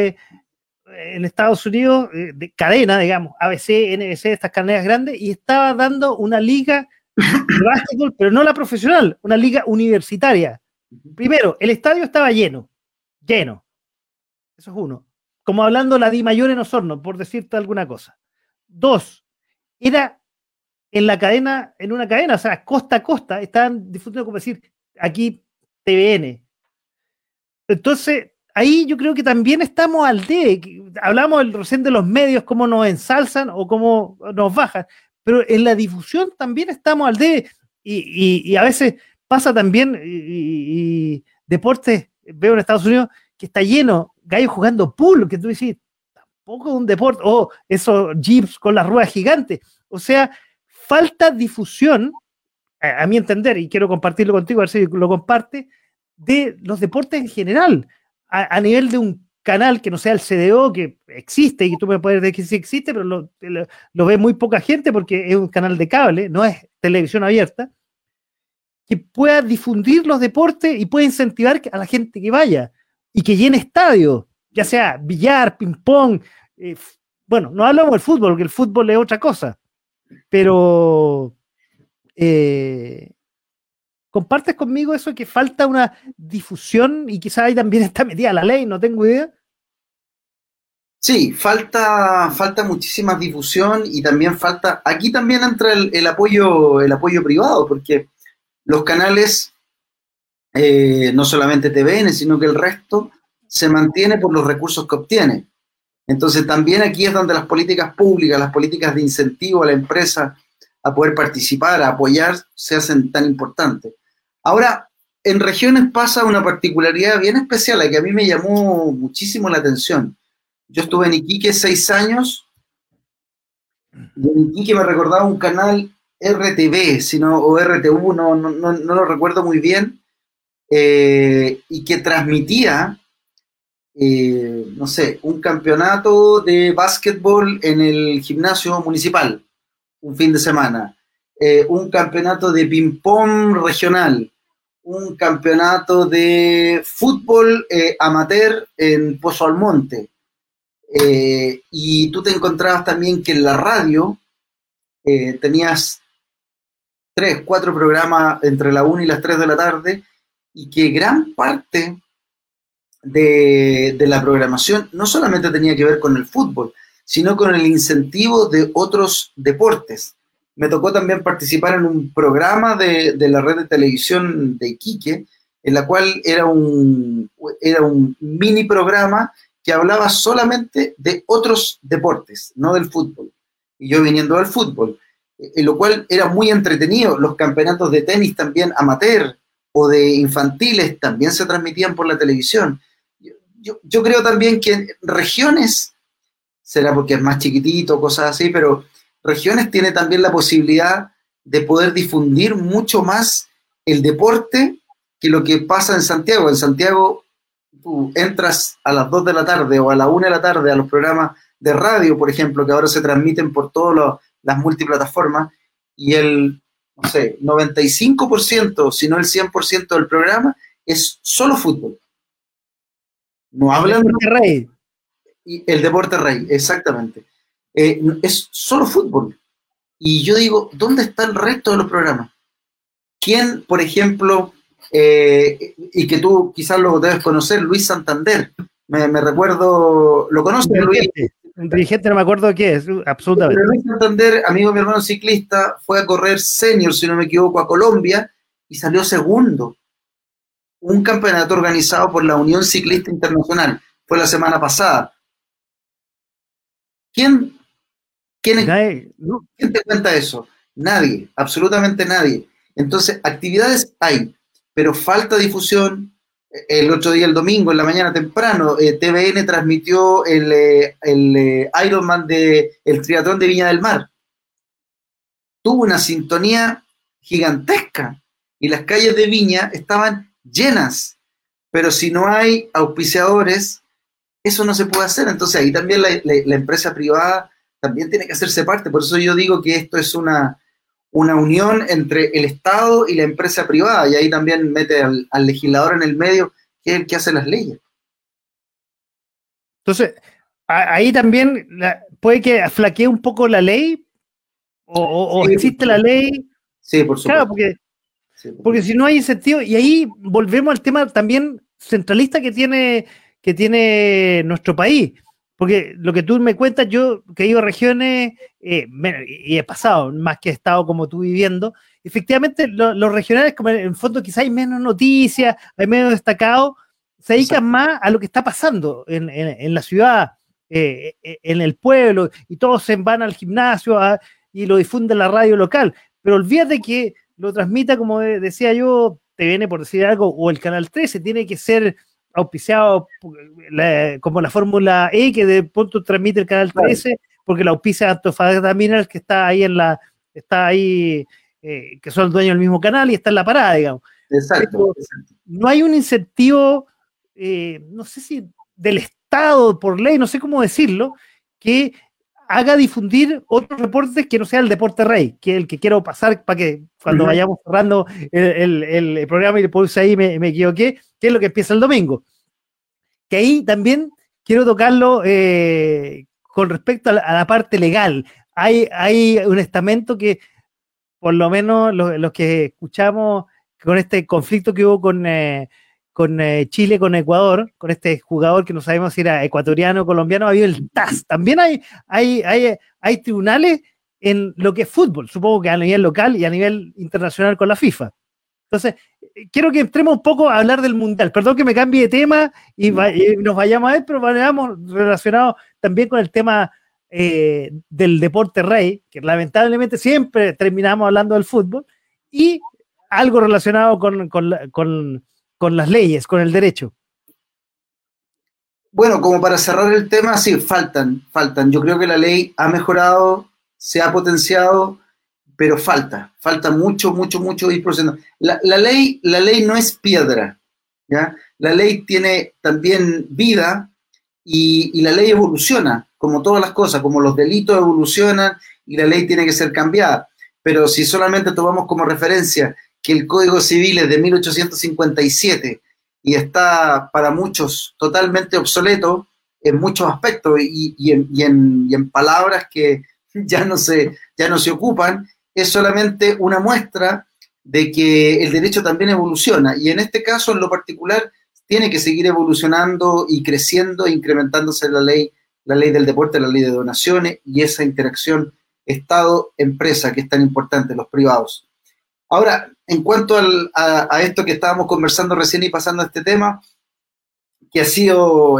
en Estados Unidos de cadena, digamos, ABC, NBC, estas cadenas grandes, y estaba dando una liga de básquetbol, pero no la profesional, una liga universitaria. Primero, el estadio estaba lleno. Eso es uno. Como hablando la Di Mayor en Osorno, por decirte alguna cosa. 2, era en la cadena, en una cadena, o sea, costa a costa, estaban difundiendo, como decir, aquí TVN. Entonces, ahí yo creo que también estamos al de, hablamos recién de los medios, cómo nos ensalzan o cómo nos bajan, pero en la difusión también estamos al de, y a veces pasa también, y deportes, veo en Estados Unidos, que está lleno, gallos jugando pool, que tú decís, tampoco es un deporte, o esos jeeps con las ruedas gigantes, o sea, falta difusión, a mi entender, y quiero compartirlo contigo, a ver si lo comparte, de los deportes en general, a nivel de un canal que no sea el CDO, que existe, y que tú me puedes decir que sí existe, pero lo ve muy poca gente porque es un canal de cable, no es televisión abierta, que pueda difundir los deportes y pueda incentivar a la gente que vaya y que llene estadios, ya sea billar, ping-pong, bueno, no hablamos del fútbol, porque el fútbol es otra cosa, pero ¿compartes conmigo eso que falta una difusión y quizás ahí también está metida la ley? No tengo idea.
Sí, falta muchísima difusión y también falta, aquí también entra el apoyo privado, porque los canales, no solamente TVN, sino que el resto se mantiene por los recursos que obtiene. Entonces también aquí es donde las políticas públicas, las políticas de incentivo a la empresa, a poder participar, a apoyar, se hacen tan importantes. Ahora, en regiones pasa una particularidad bien especial, a que a mí me llamó muchísimo la atención. Yo estuve en Iquique 6 años, y en Iquique me recordaba un canal RTV, o RTV, no lo recuerdo muy bien, y que transmitía, no sé, un campeonato de básquetbol en el gimnasio municipal, un fin de semana, un campeonato de ping-pong regional, un campeonato de fútbol amateur en Pozo Almonte. Y tú te encontrabas también que en la radio tenías 3, 4 programas entre la 1 y las 3 de la tarde, y que gran parte de la programación no solamente tenía que ver con el fútbol, sino con el incentivo de otros deportes. Me tocó también participar en un programa de la red de televisión de Iquique, en la cual era un mini programa que hablaba solamente de otros deportes, no del fútbol. Y yo viniendo del fútbol, lo cual era muy entretenido. Los campeonatos de tenis también amateur o de infantiles también se transmitían por la televisión. Yo creo también que en regiones, será porque es más chiquitito, cosas así, pero regiones tiene también la posibilidad de poder difundir mucho más el deporte que lo que pasa en Santiago. En Santiago tú entras a las 2 de la tarde o a la 1 de la tarde a los programas de radio, por ejemplo, que ahora se transmiten por todas las multiplataformas, y el, no sé, 95%, si no el 100% del programa es solo fútbol. No hablan
El deporte rey.
Y el deporte rey, exactamente. Es solo fútbol. Y yo digo, ¿dónde está el resto de los programas? ¿Quién, por ejemplo, y que tú quizás lo debes conocer, Luis Santander? Me recuerdo, ¿lo conoces, Luis?
Un dirigente, no me acuerdo qué es, absolutamente.
Pero Luis Santander, amigo de mi hermano ciclista, fue a correr senior, si no me equivoco, a Colombia y salió segundo. Un campeonato organizado por la Unión Ciclista Internacional. Fue la semana pasada. ¿Quién te cuenta eso? Nadie, absolutamente nadie. Entonces, actividades hay, pero falta difusión. El otro día, el domingo, en la mañana temprano, TVN transmitió el Ironman el triatlón de Viña del Mar. Tuvo una sintonía gigantesca y las calles de Viña estaban llenas, pero si no hay auspiciadores, eso no se puede hacer. Entonces ahí también la empresa privada también tiene que hacerse parte. Por eso yo digo que esto es una unión entre el Estado y la empresa privada, y ahí también mete al legislador en el medio, que es el que hace las leyes.
Entonces, ahí también puede que flaquee un poco la ley, o sí, existe la ley.
Sí, por supuesto.
Claro, porque si no hay incentivo, y ahí volvemos al tema también centralista que tiene nuestro país. Porque lo que tú me cuentas, yo que he ido a regiones, y he pasado, más que he estado como tú viviendo, efectivamente los regionales, como en el fondo quizá hay menos noticias, hay menos destacados, se dedican más a lo que está pasando en la ciudad, en el pueblo, y todos se van al gimnasio y lo difunden en la radio local. Pero olvídate que lo transmita, como decía yo, TVN, por decir algo, o el Canal 13, tiene que ser auspiciado como la Fórmula E, que de pronto transmite el Canal 13, porque la auspicia Antofagasta Minerals, que está ahí, que son dueños del mismo canal y está en la parada, digamos.
Exacto.
No hay un incentivo, no sé si del Estado, por ley, no sé cómo decirlo, que haga difundir otros deportes que no sea el deporte rey, que es el que quiero pasar para que cuando vayamos cerrando el programa, y después ahí me equivoqué, que es lo que empieza el domingo. Que ahí también quiero tocarlo con respecto a la parte legal. Hay un estamento que, por lo menos los que escuchamos con este conflicto que hubo con Chile, con Ecuador, con este jugador que no sabemos si era ecuatoriano o colombiano, había el TAS. También hay tribunales en lo que es fútbol, supongo que a nivel local y a nivel internacional con la FIFA. Entonces, quiero que entremos un poco a hablar del Mundial. Perdón que me cambie de tema y nos vayamos a ver, pero vayamos relacionados también con el tema del deporte rey, que lamentablemente siempre terminamos hablando del fútbol, y algo relacionado con las leyes, con el derecho.
Bueno, como para cerrar el tema, sí, faltan. Yo creo que la ley ha mejorado, se ha potenciado, pero falta mucho ir procesando. La ley no es piedra, ¿ya? La ley tiene también vida y la ley evoluciona, como todas las cosas, como los delitos evolucionan y la ley tiene que ser cambiada. Pero si solamente tomamos como referencia que el Código Civil es de 1857 y está para muchos totalmente obsoleto en muchos aspectos y en palabras que ya no se ocupan, es solamente una muestra de que el derecho también evoluciona y en este caso en lo particular tiene que seguir evolucionando y creciendo e incrementándose la ley del deporte, la ley de donaciones y esa interacción Estado-empresa que es tan importante, los privados. Ahora, en cuanto a esto que estábamos conversando recién y pasando a este tema, que ha sido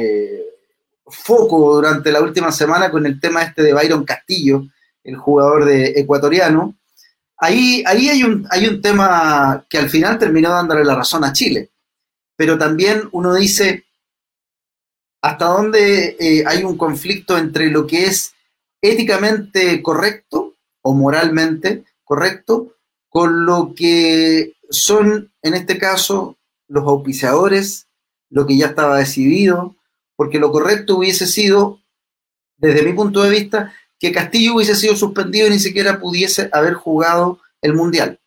foco durante la última semana con el tema este de Byron Castillo, el jugador ecuatoriano, ahí hay un tema que al final terminó dándole la razón a Chile, pero también uno dice hasta dónde hay un conflicto entre lo que es éticamente correcto o moralmente correcto con lo que son, en este caso, los auspiciadores, lo que ya estaba decidido, porque lo correcto hubiese sido, desde mi punto de vista, que Castillo hubiese sido suspendido y ni siquiera pudiese haber jugado el Mundial.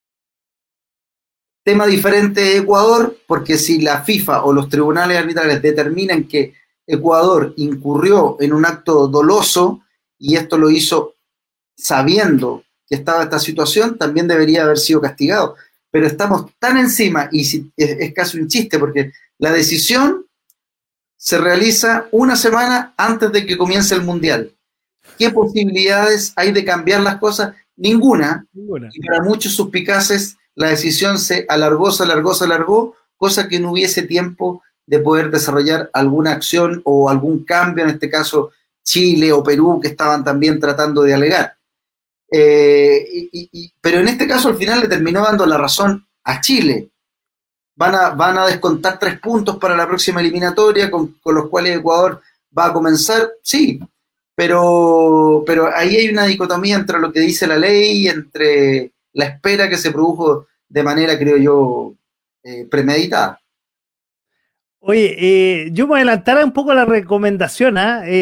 Tema diferente de Ecuador, porque si la FIFA o los tribunales arbitrales determinan que Ecuador incurrió en un acto doloso y esto lo hizo sabiendo que estaba esta situación, también debería haber sido castigado. Pero estamos tan encima, y es casi un chiste, porque la decisión se realiza una semana antes de que comience el Mundial. ¿Qué posibilidades hay de cambiar las cosas? Ninguna. Y para muchos suspicaces, la decisión se alargó, cosa que no hubiese tiempo de poder desarrollar alguna acción o algún cambio, en este caso Chile o Perú, que estaban también tratando de alegar. Pero en este caso al final le terminó dando la razón a Chile. Van a descontar 3 puntos para la próxima eliminatoria con los cuales Ecuador va a comenzar, sí, pero ahí hay una dicotomía entre lo que dice la ley y entre la espera que se produjo de manera, creo yo, premeditada.
Oye, yo me adelantara un poco a la recomendación,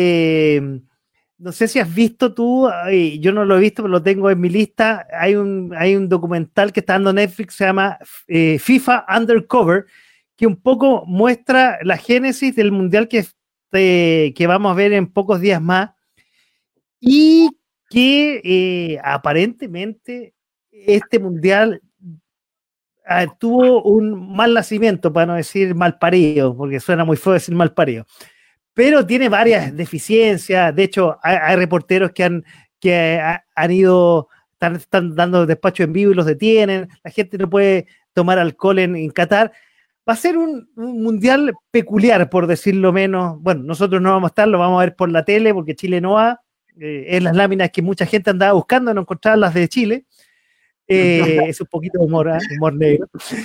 no sé si has visto tú, yo no lo he visto, pero lo tengo en mi lista. Hay un documental que está dando Netflix, se llama FIFA Undercover, que un poco muestra la génesis del mundial que vamos a ver en pocos días más y que aparentemente este mundial tuvo un mal nacimiento, para no decir mal parido, porque suena muy feo decir mal parido. Pero tiene varias deficiencias. De hecho, hay reporteros que han ido, están dando despacho en vivo y los detienen. La gente no puede tomar alcohol en Qatar. Va a ser un mundial peculiar, por decirlo menos. Bueno, nosotros no vamos a estar, lo vamos a ver por la tele, porque Chile no va. Es las láminas que mucha gente andaba buscando, no encontraba las de Chile. Es un poquito de humor negro.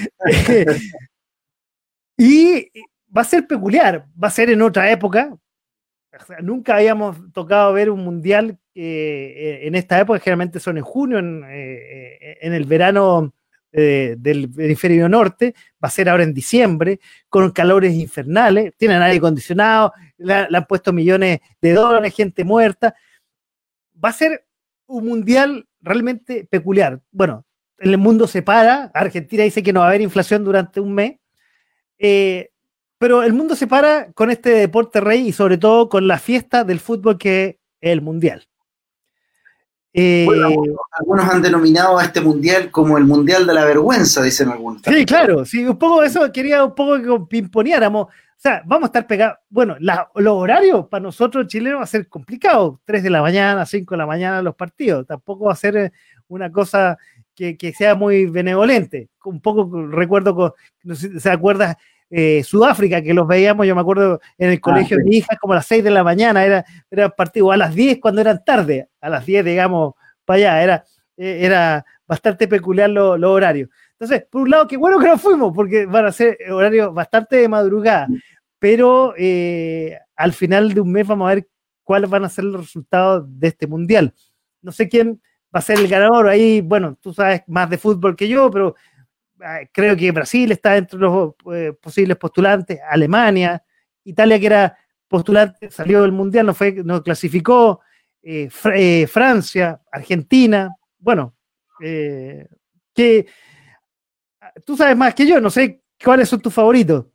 Y va a ser peculiar, va a ser en otra época. O sea, nunca habíamos tocado ver un mundial en esta época, generalmente son en junio, en el verano del hemisferio norte, va a ser ahora en diciembre, con calores infernales, tienen aire acondicionado, le han puesto millones de dólares, gente muerta. Va a ser un mundial realmente peculiar. Bueno, el mundo se para, Argentina dice que no va a haber inflación durante un mes, pero el mundo se para con este deporte rey y sobre todo con la fiesta del fútbol que es el mundial.
Bueno, algunos han denominado a este mundial como el mundial de la vergüenza, dicen algunos.
Sí, claro, sí, un poco eso quería un poco que pimponeáramos. O sea, vamos a estar pegados. Bueno, los horarios para nosotros chilenos va a ser complicado. 3 de la mañana, 5 de la mañana los partidos. Tampoco va a ser una cosa que sea muy benevolente. Un poco recuerdo, no sé si se acuerda, Sudáfrica, que los veíamos, yo me acuerdo en el colegio de mi hija, como a las 6 de la mañana, era partido, a las 10 cuando eran tarde, a las 10, digamos, para allá, era bastante peculiar los horarios. Entonces, por un lado, qué bueno que nos fuimos, porque van a ser horarios bastante de madrugada, pero al final de un mes vamos a ver cuáles van a ser los resultados de este mundial. No sé quién va a ser el ganador, ahí, bueno, tú sabes más de fútbol que yo, pero creo que Brasil está entre los posibles postulantes, Alemania, Italia, que era postulante, salió del mundial, no clasificó, Francia, Argentina, bueno, que tú sabes más que yo, no sé cuáles son tus favoritos.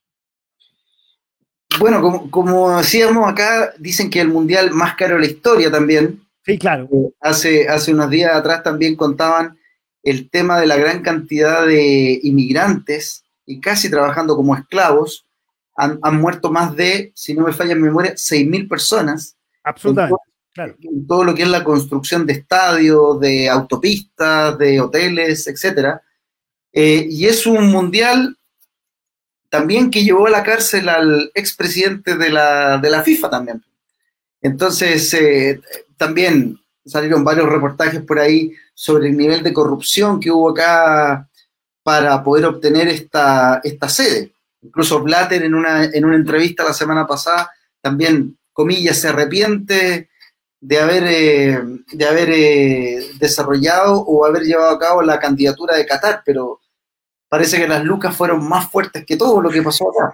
Bueno, como decíamos acá, dicen que el mundial más caro de la historia también.
Sí, claro.
Hace unos días atrás también contaban el tema de la gran cantidad de inmigrantes y casi trabajando como esclavos. Han muerto más de, si no me falla en memoria, 6.000 personas.
Absolutamente, claro.
En todo lo que es la construcción de estadios, de autopistas, de hoteles, etc. Y es un mundial también que llevó a la cárcel al expresidente de la FIFA también. Entonces, también salieron varios reportajes por ahí sobre el nivel de corrupción que hubo acá para poder obtener esta sede. Incluso Blatter en una entrevista la semana pasada también, comillas, se arrepiente de haber desarrollado o haber llevado a cabo la candidatura de Qatar, pero parece que las lucas fueron más fuertes que todo lo que pasó acá.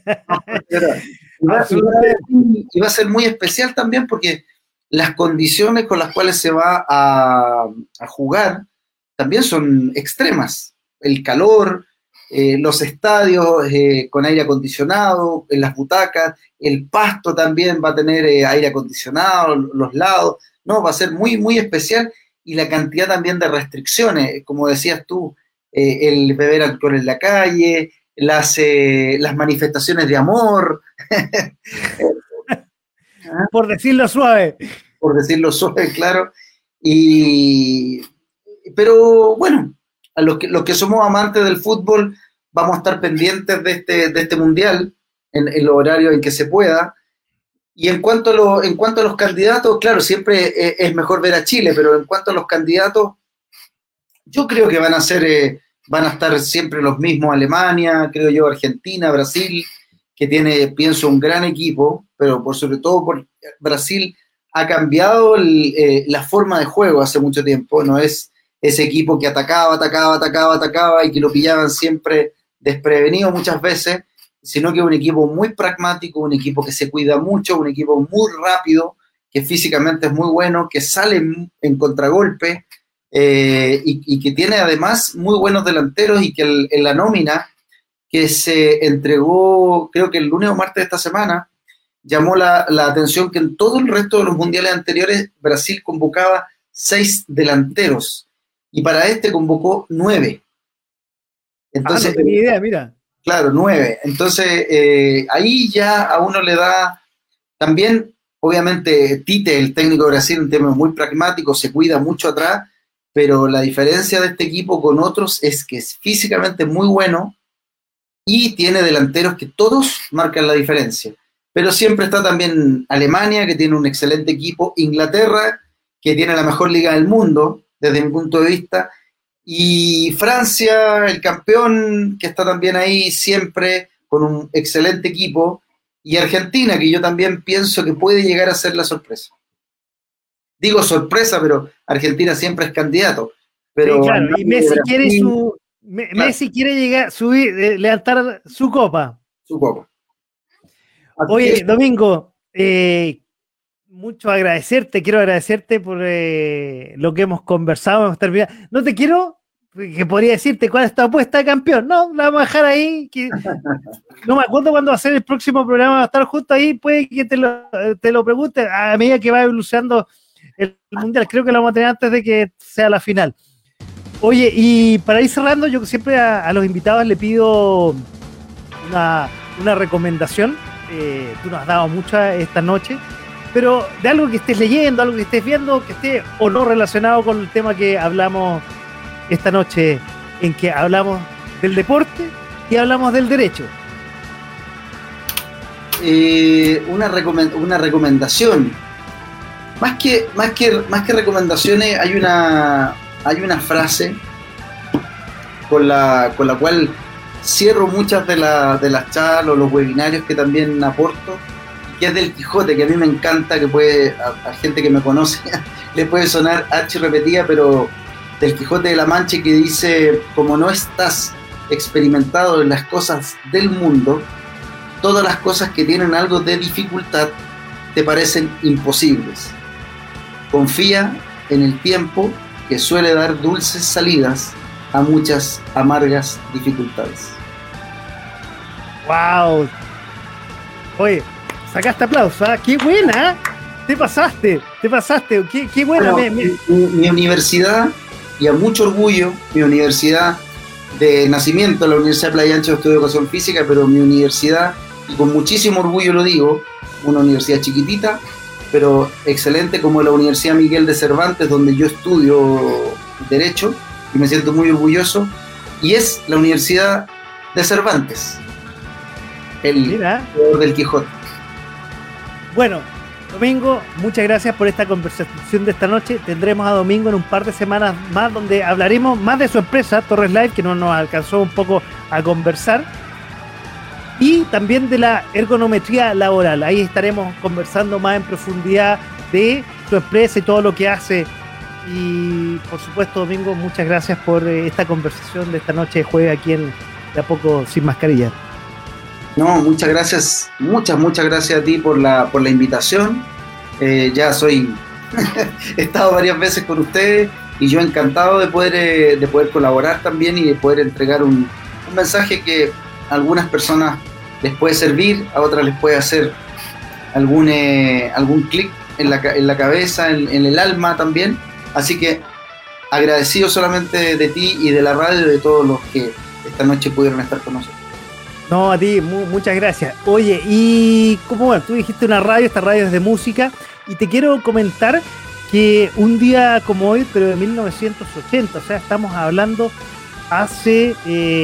Y va a ser muy especial también porque las condiciones con las cuales se va a jugar también son extremas. El calor, los estadios con aire acondicionado, en las butacas, el pasto también va a tener aire acondicionado, los lados, no, va a ser muy, muy especial, y la cantidad también de restricciones, como decías tú, el beber alcohol en la calle, las manifestaciones de amor.
Por decirlo suave.
Por decirlo suave, claro. Pero bueno, a los que somos amantes del fútbol, vamos a estar pendientes de este mundial en los horarios en que se pueda. Y en cuanto a los candidatos, claro, siempre es mejor ver a Chile, pero en cuanto a los candidatos, yo creo que van a estar siempre los mismos: Alemania, creo yo, Argentina, Brasil, que tiene, pienso, un gran equipo, pero sobre todo por Brasil ha cambiado la forma de juego hace mucho tiempo. No es ese equipo que atacaba y que lo pillaban siempre desprevenido muchas veces, sino que es un equipo muy pragmático, un equipo que se cuida mucho, un equipo muy rápido, que físicamente es muy bueno, que sale en contragolpe, y que tiene además muy buenos delanteros, y que en la nómina que se entregó, creo que el lunes o martes de esta semana, llamó la atención que en todo el resto de los mundiales anteriores Brasil convocaba 6 delanteros, y para este convocó 9. Entonces,
no tenía idea, mira.
Claro, 9. Entonces, ahí ya a uno le da también, obviamente, Tite, el técnico de Brasil, un tema muy pragmático, se cuida mucho atrás, pero la diferencia de este equipo con otros es que es físicamente muy bueno y tiene delanteros que todos marcan la diferencia. Pero siempre está también Alemania, que tiene un excelente equipo, Inglaterra, que tiene la mejor liga del mundo, desde mi punto de vista, y Francia, el campeón, que está también ahí siempre con un excelente equipo, y Argentina, que yo también pienso que puede llegar a ser la sorpresa. Digo sorpresa, pero Argentina siempre es candidato. Pero
sí, claro, y Messi quiere llegar, levantar su copa.
Su copa.
Oye, Domingo, mucho quiero agradecerte por lo que hemos conversado, hemos terminado. No te quiero, que podría decirte cuál es tu apuesta de campeón, no, la vamos a dejar ahí, no me acuerdo cuándo va a ser el próximo programa, va a estar justo ahí, puede que te lo pregunte a medida que va evolucionando el mundial, creo que lo vamos a tener antes de que sea la final. Oye, y para ir cerrando, yo siempre a los invitados le pido una recomendación. Tú nos has dado muchas esta noche, pero de algo que estés leyendo, algo que estés viendo, que esté o no relacionado con el tema que hablamos esta noche, en que hablamos del deporte y hablamos del derecho.
una recomendación. Más que recomendaciones, hay una frase con la cual cierro muchas de las charlas o los webinarios que también aporto, que es del Quijote, que a mí me encanta, que puede, a gente que me conoce le puede sonar archi repetida, pero del Quijote de la Mancha, que dice: como no estás experimentado en las cosas del mundo, todas las cosas que tienen algo de dificultad te parecen imposibles. Confía en el tiempo, que suele dar dulces salidas a muchas amargas dificultades.
¡Wow! Oye, sacaste aplauso, ¿eh? ¡Qué buena! Te pasaste, qué buena.
Bueno, mi universidad, y a mucho orgullo, mi universidad de nacimiento, la Universidad de Playa Ancha, de Estudio de Educación Física, pero mi universidad, y con muchísimo orgullo lo digo, una universidad chiquitita, pero excelente, como la Universidad Miguel de Cervantes, donde yo estudio Derecho, y me siento muy orgulloso, y es la Universidad de Cervantes, el del Quijote.
Bueno, Domingo, muchas gracias por esta conversación de esta noche. Tendremos a Domingo en un par de semanas más, donde hablaremos más de su empresa, Torres Live, que no nos alcanzó un poco a conversar, y también de la ergonometría laboral. Ahí estaremos conversando más en profundidad de su empresa y todo lo que hace. Y por supuesto, Domingo, muchas gracias por esta conversación de esta noche de jueves aquí en De a Poco Sin Mascarilla.
No, muchas gracias a ti por la invitación. He estado varias veces con ustedes, y yo encantado de poder colaborar también, y de poder entregar un mensaje que a algunas personas les puede servir, a otras les puede hacer algún clic en la cabeza, en el alma también. Así que agradecido solamente de ti y de la radio y de todos los que esta noche pudieron estar con nosotros.
No, a ti, muchas gracias. Oye, y como bueno, tú dijiste esta radio es de música, y te quiero comentar que un día como hoy, pero de 1980, o sea, estamos hablando hace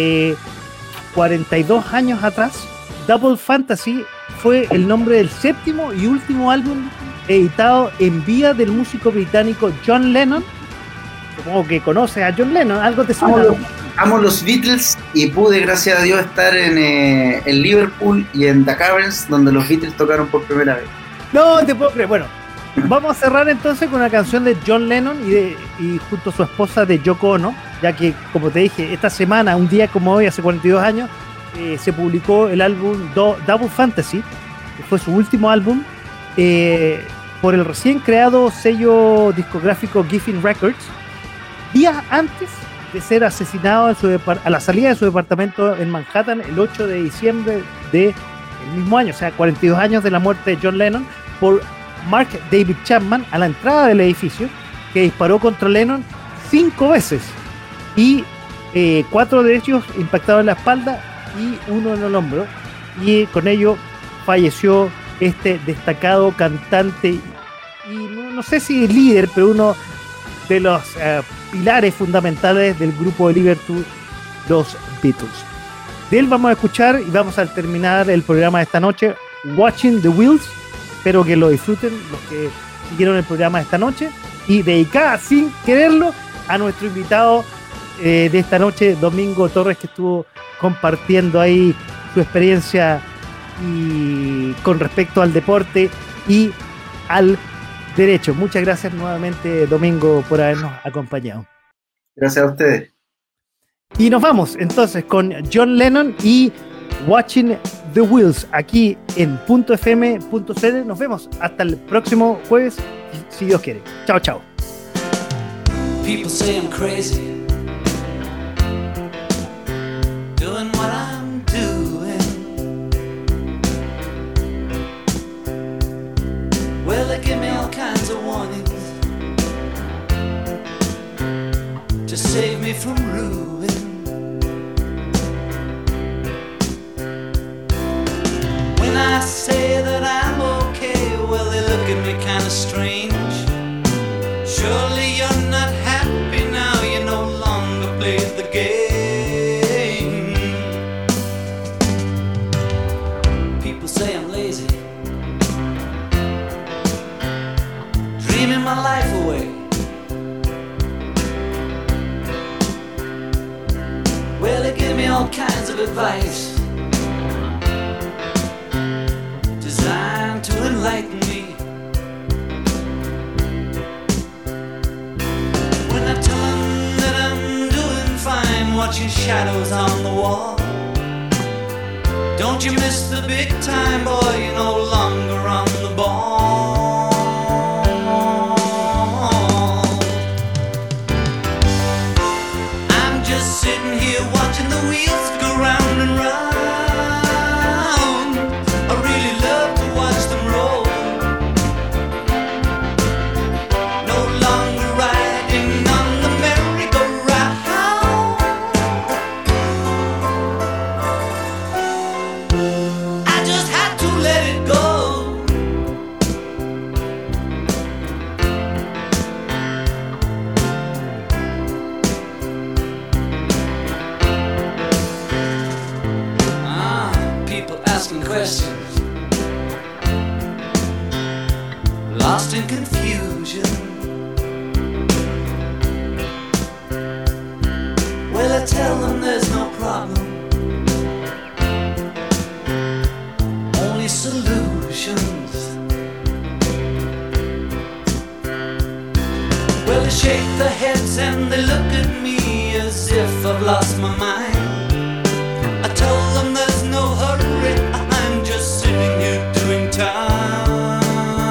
42 años atrás, Double Fantasy fue el nombre del séptimo y último álbum editado en vida del músico británico John Lennon. Supongo que conoces a John Lennon, algo te suena.
Amo los Beatles, y pude, gracias a Dios, estar en Liverpool y en The Caverns, donde los Beatles tocaron por primera vez.
No te puedo creer. Bueno, vamos a cerrar entonces con una canción de John Lennon y junto a su esposa de Yoko Ono, ya que, como te dije, esta semana, un día como hoy, hace 42 años, se publicó el álbum Double Fantasy, que fue su último álbum, por el recién creado sello discográfico Geffen Records, días antes de ser asesinado a la salida de su departamento en Manhattan el 8 de diciembre del mismo año, o sea, 42 años de la muerte de John Lennon, por Mark David Chapman a la entrada del edificio, que disparó contra Lennon 5 veces, y 4 de ellos impactados en la espalda y 1 en el hombro, y con ello falleció este destacado cantante y no sé si líder, pero uno de los pilares fundamentales del grupo de Liverpool, los Beatles. De él vamos a escuchar, y vamos a terminar el programa de esta noche, Watching the Wheels. Espero que lo disfruten los que siguieron el programa de esta noche, y dedicada sin quererlo a nuestro invitado de esta noche, Domingo Torres, que estuvo compartiendo ahí su experiencia y con respecto al deporte y al derecho. Muchas gracias nuevamente, Domingo, por habernos acompañado.
Gracias a ustedes.
Y nos vamos entonces con John Lennon y Watching the Wheels aquí en .fm.cl. Nos vemos hasta el próximo jueves, si Dios quiere. Chao, chao. People say I'm crazy, doing what I'm doing. Well, they give me all kinds of warnings to save me from ruin. When I say that I'm okay, well, they look at me kind of strange. Surely you're not happy now, you know.
lines of advice designed to enlighten me. When I tell them that I'm doing fine, watching shadows on the wall, don't you miss the big time, boy, you're no longer on the ball. I'm just sitting here watching the wheels go round and round. I really love to watch them roll. No longer riding on the merry-go-round. I just had to let it go. People asking questions, lost in confusion. Well, I tell them there's no problem, only solutions. Well, they shake their heads and they look at me as if I've lost my mind. I tell them there's no hurry, I'm just sitting here doing time.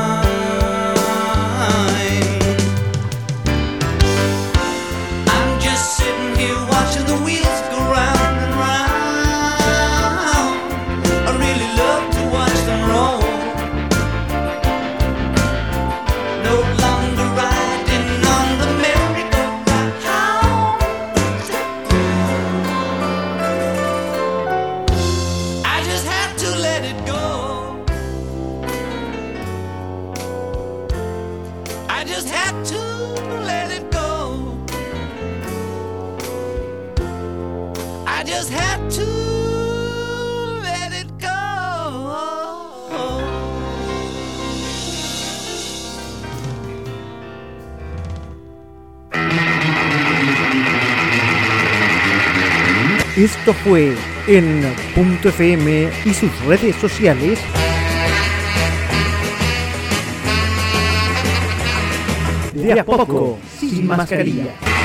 I'm just sitting here watching the wheels go round and round. I really love to watch them roll. No longer riding on the merry-go-round. I just had to let it go. I just had to let it go. I just had to let it go.
Esto fue en Punto FM y sus redes sociales. De a poco, sin mascarilla.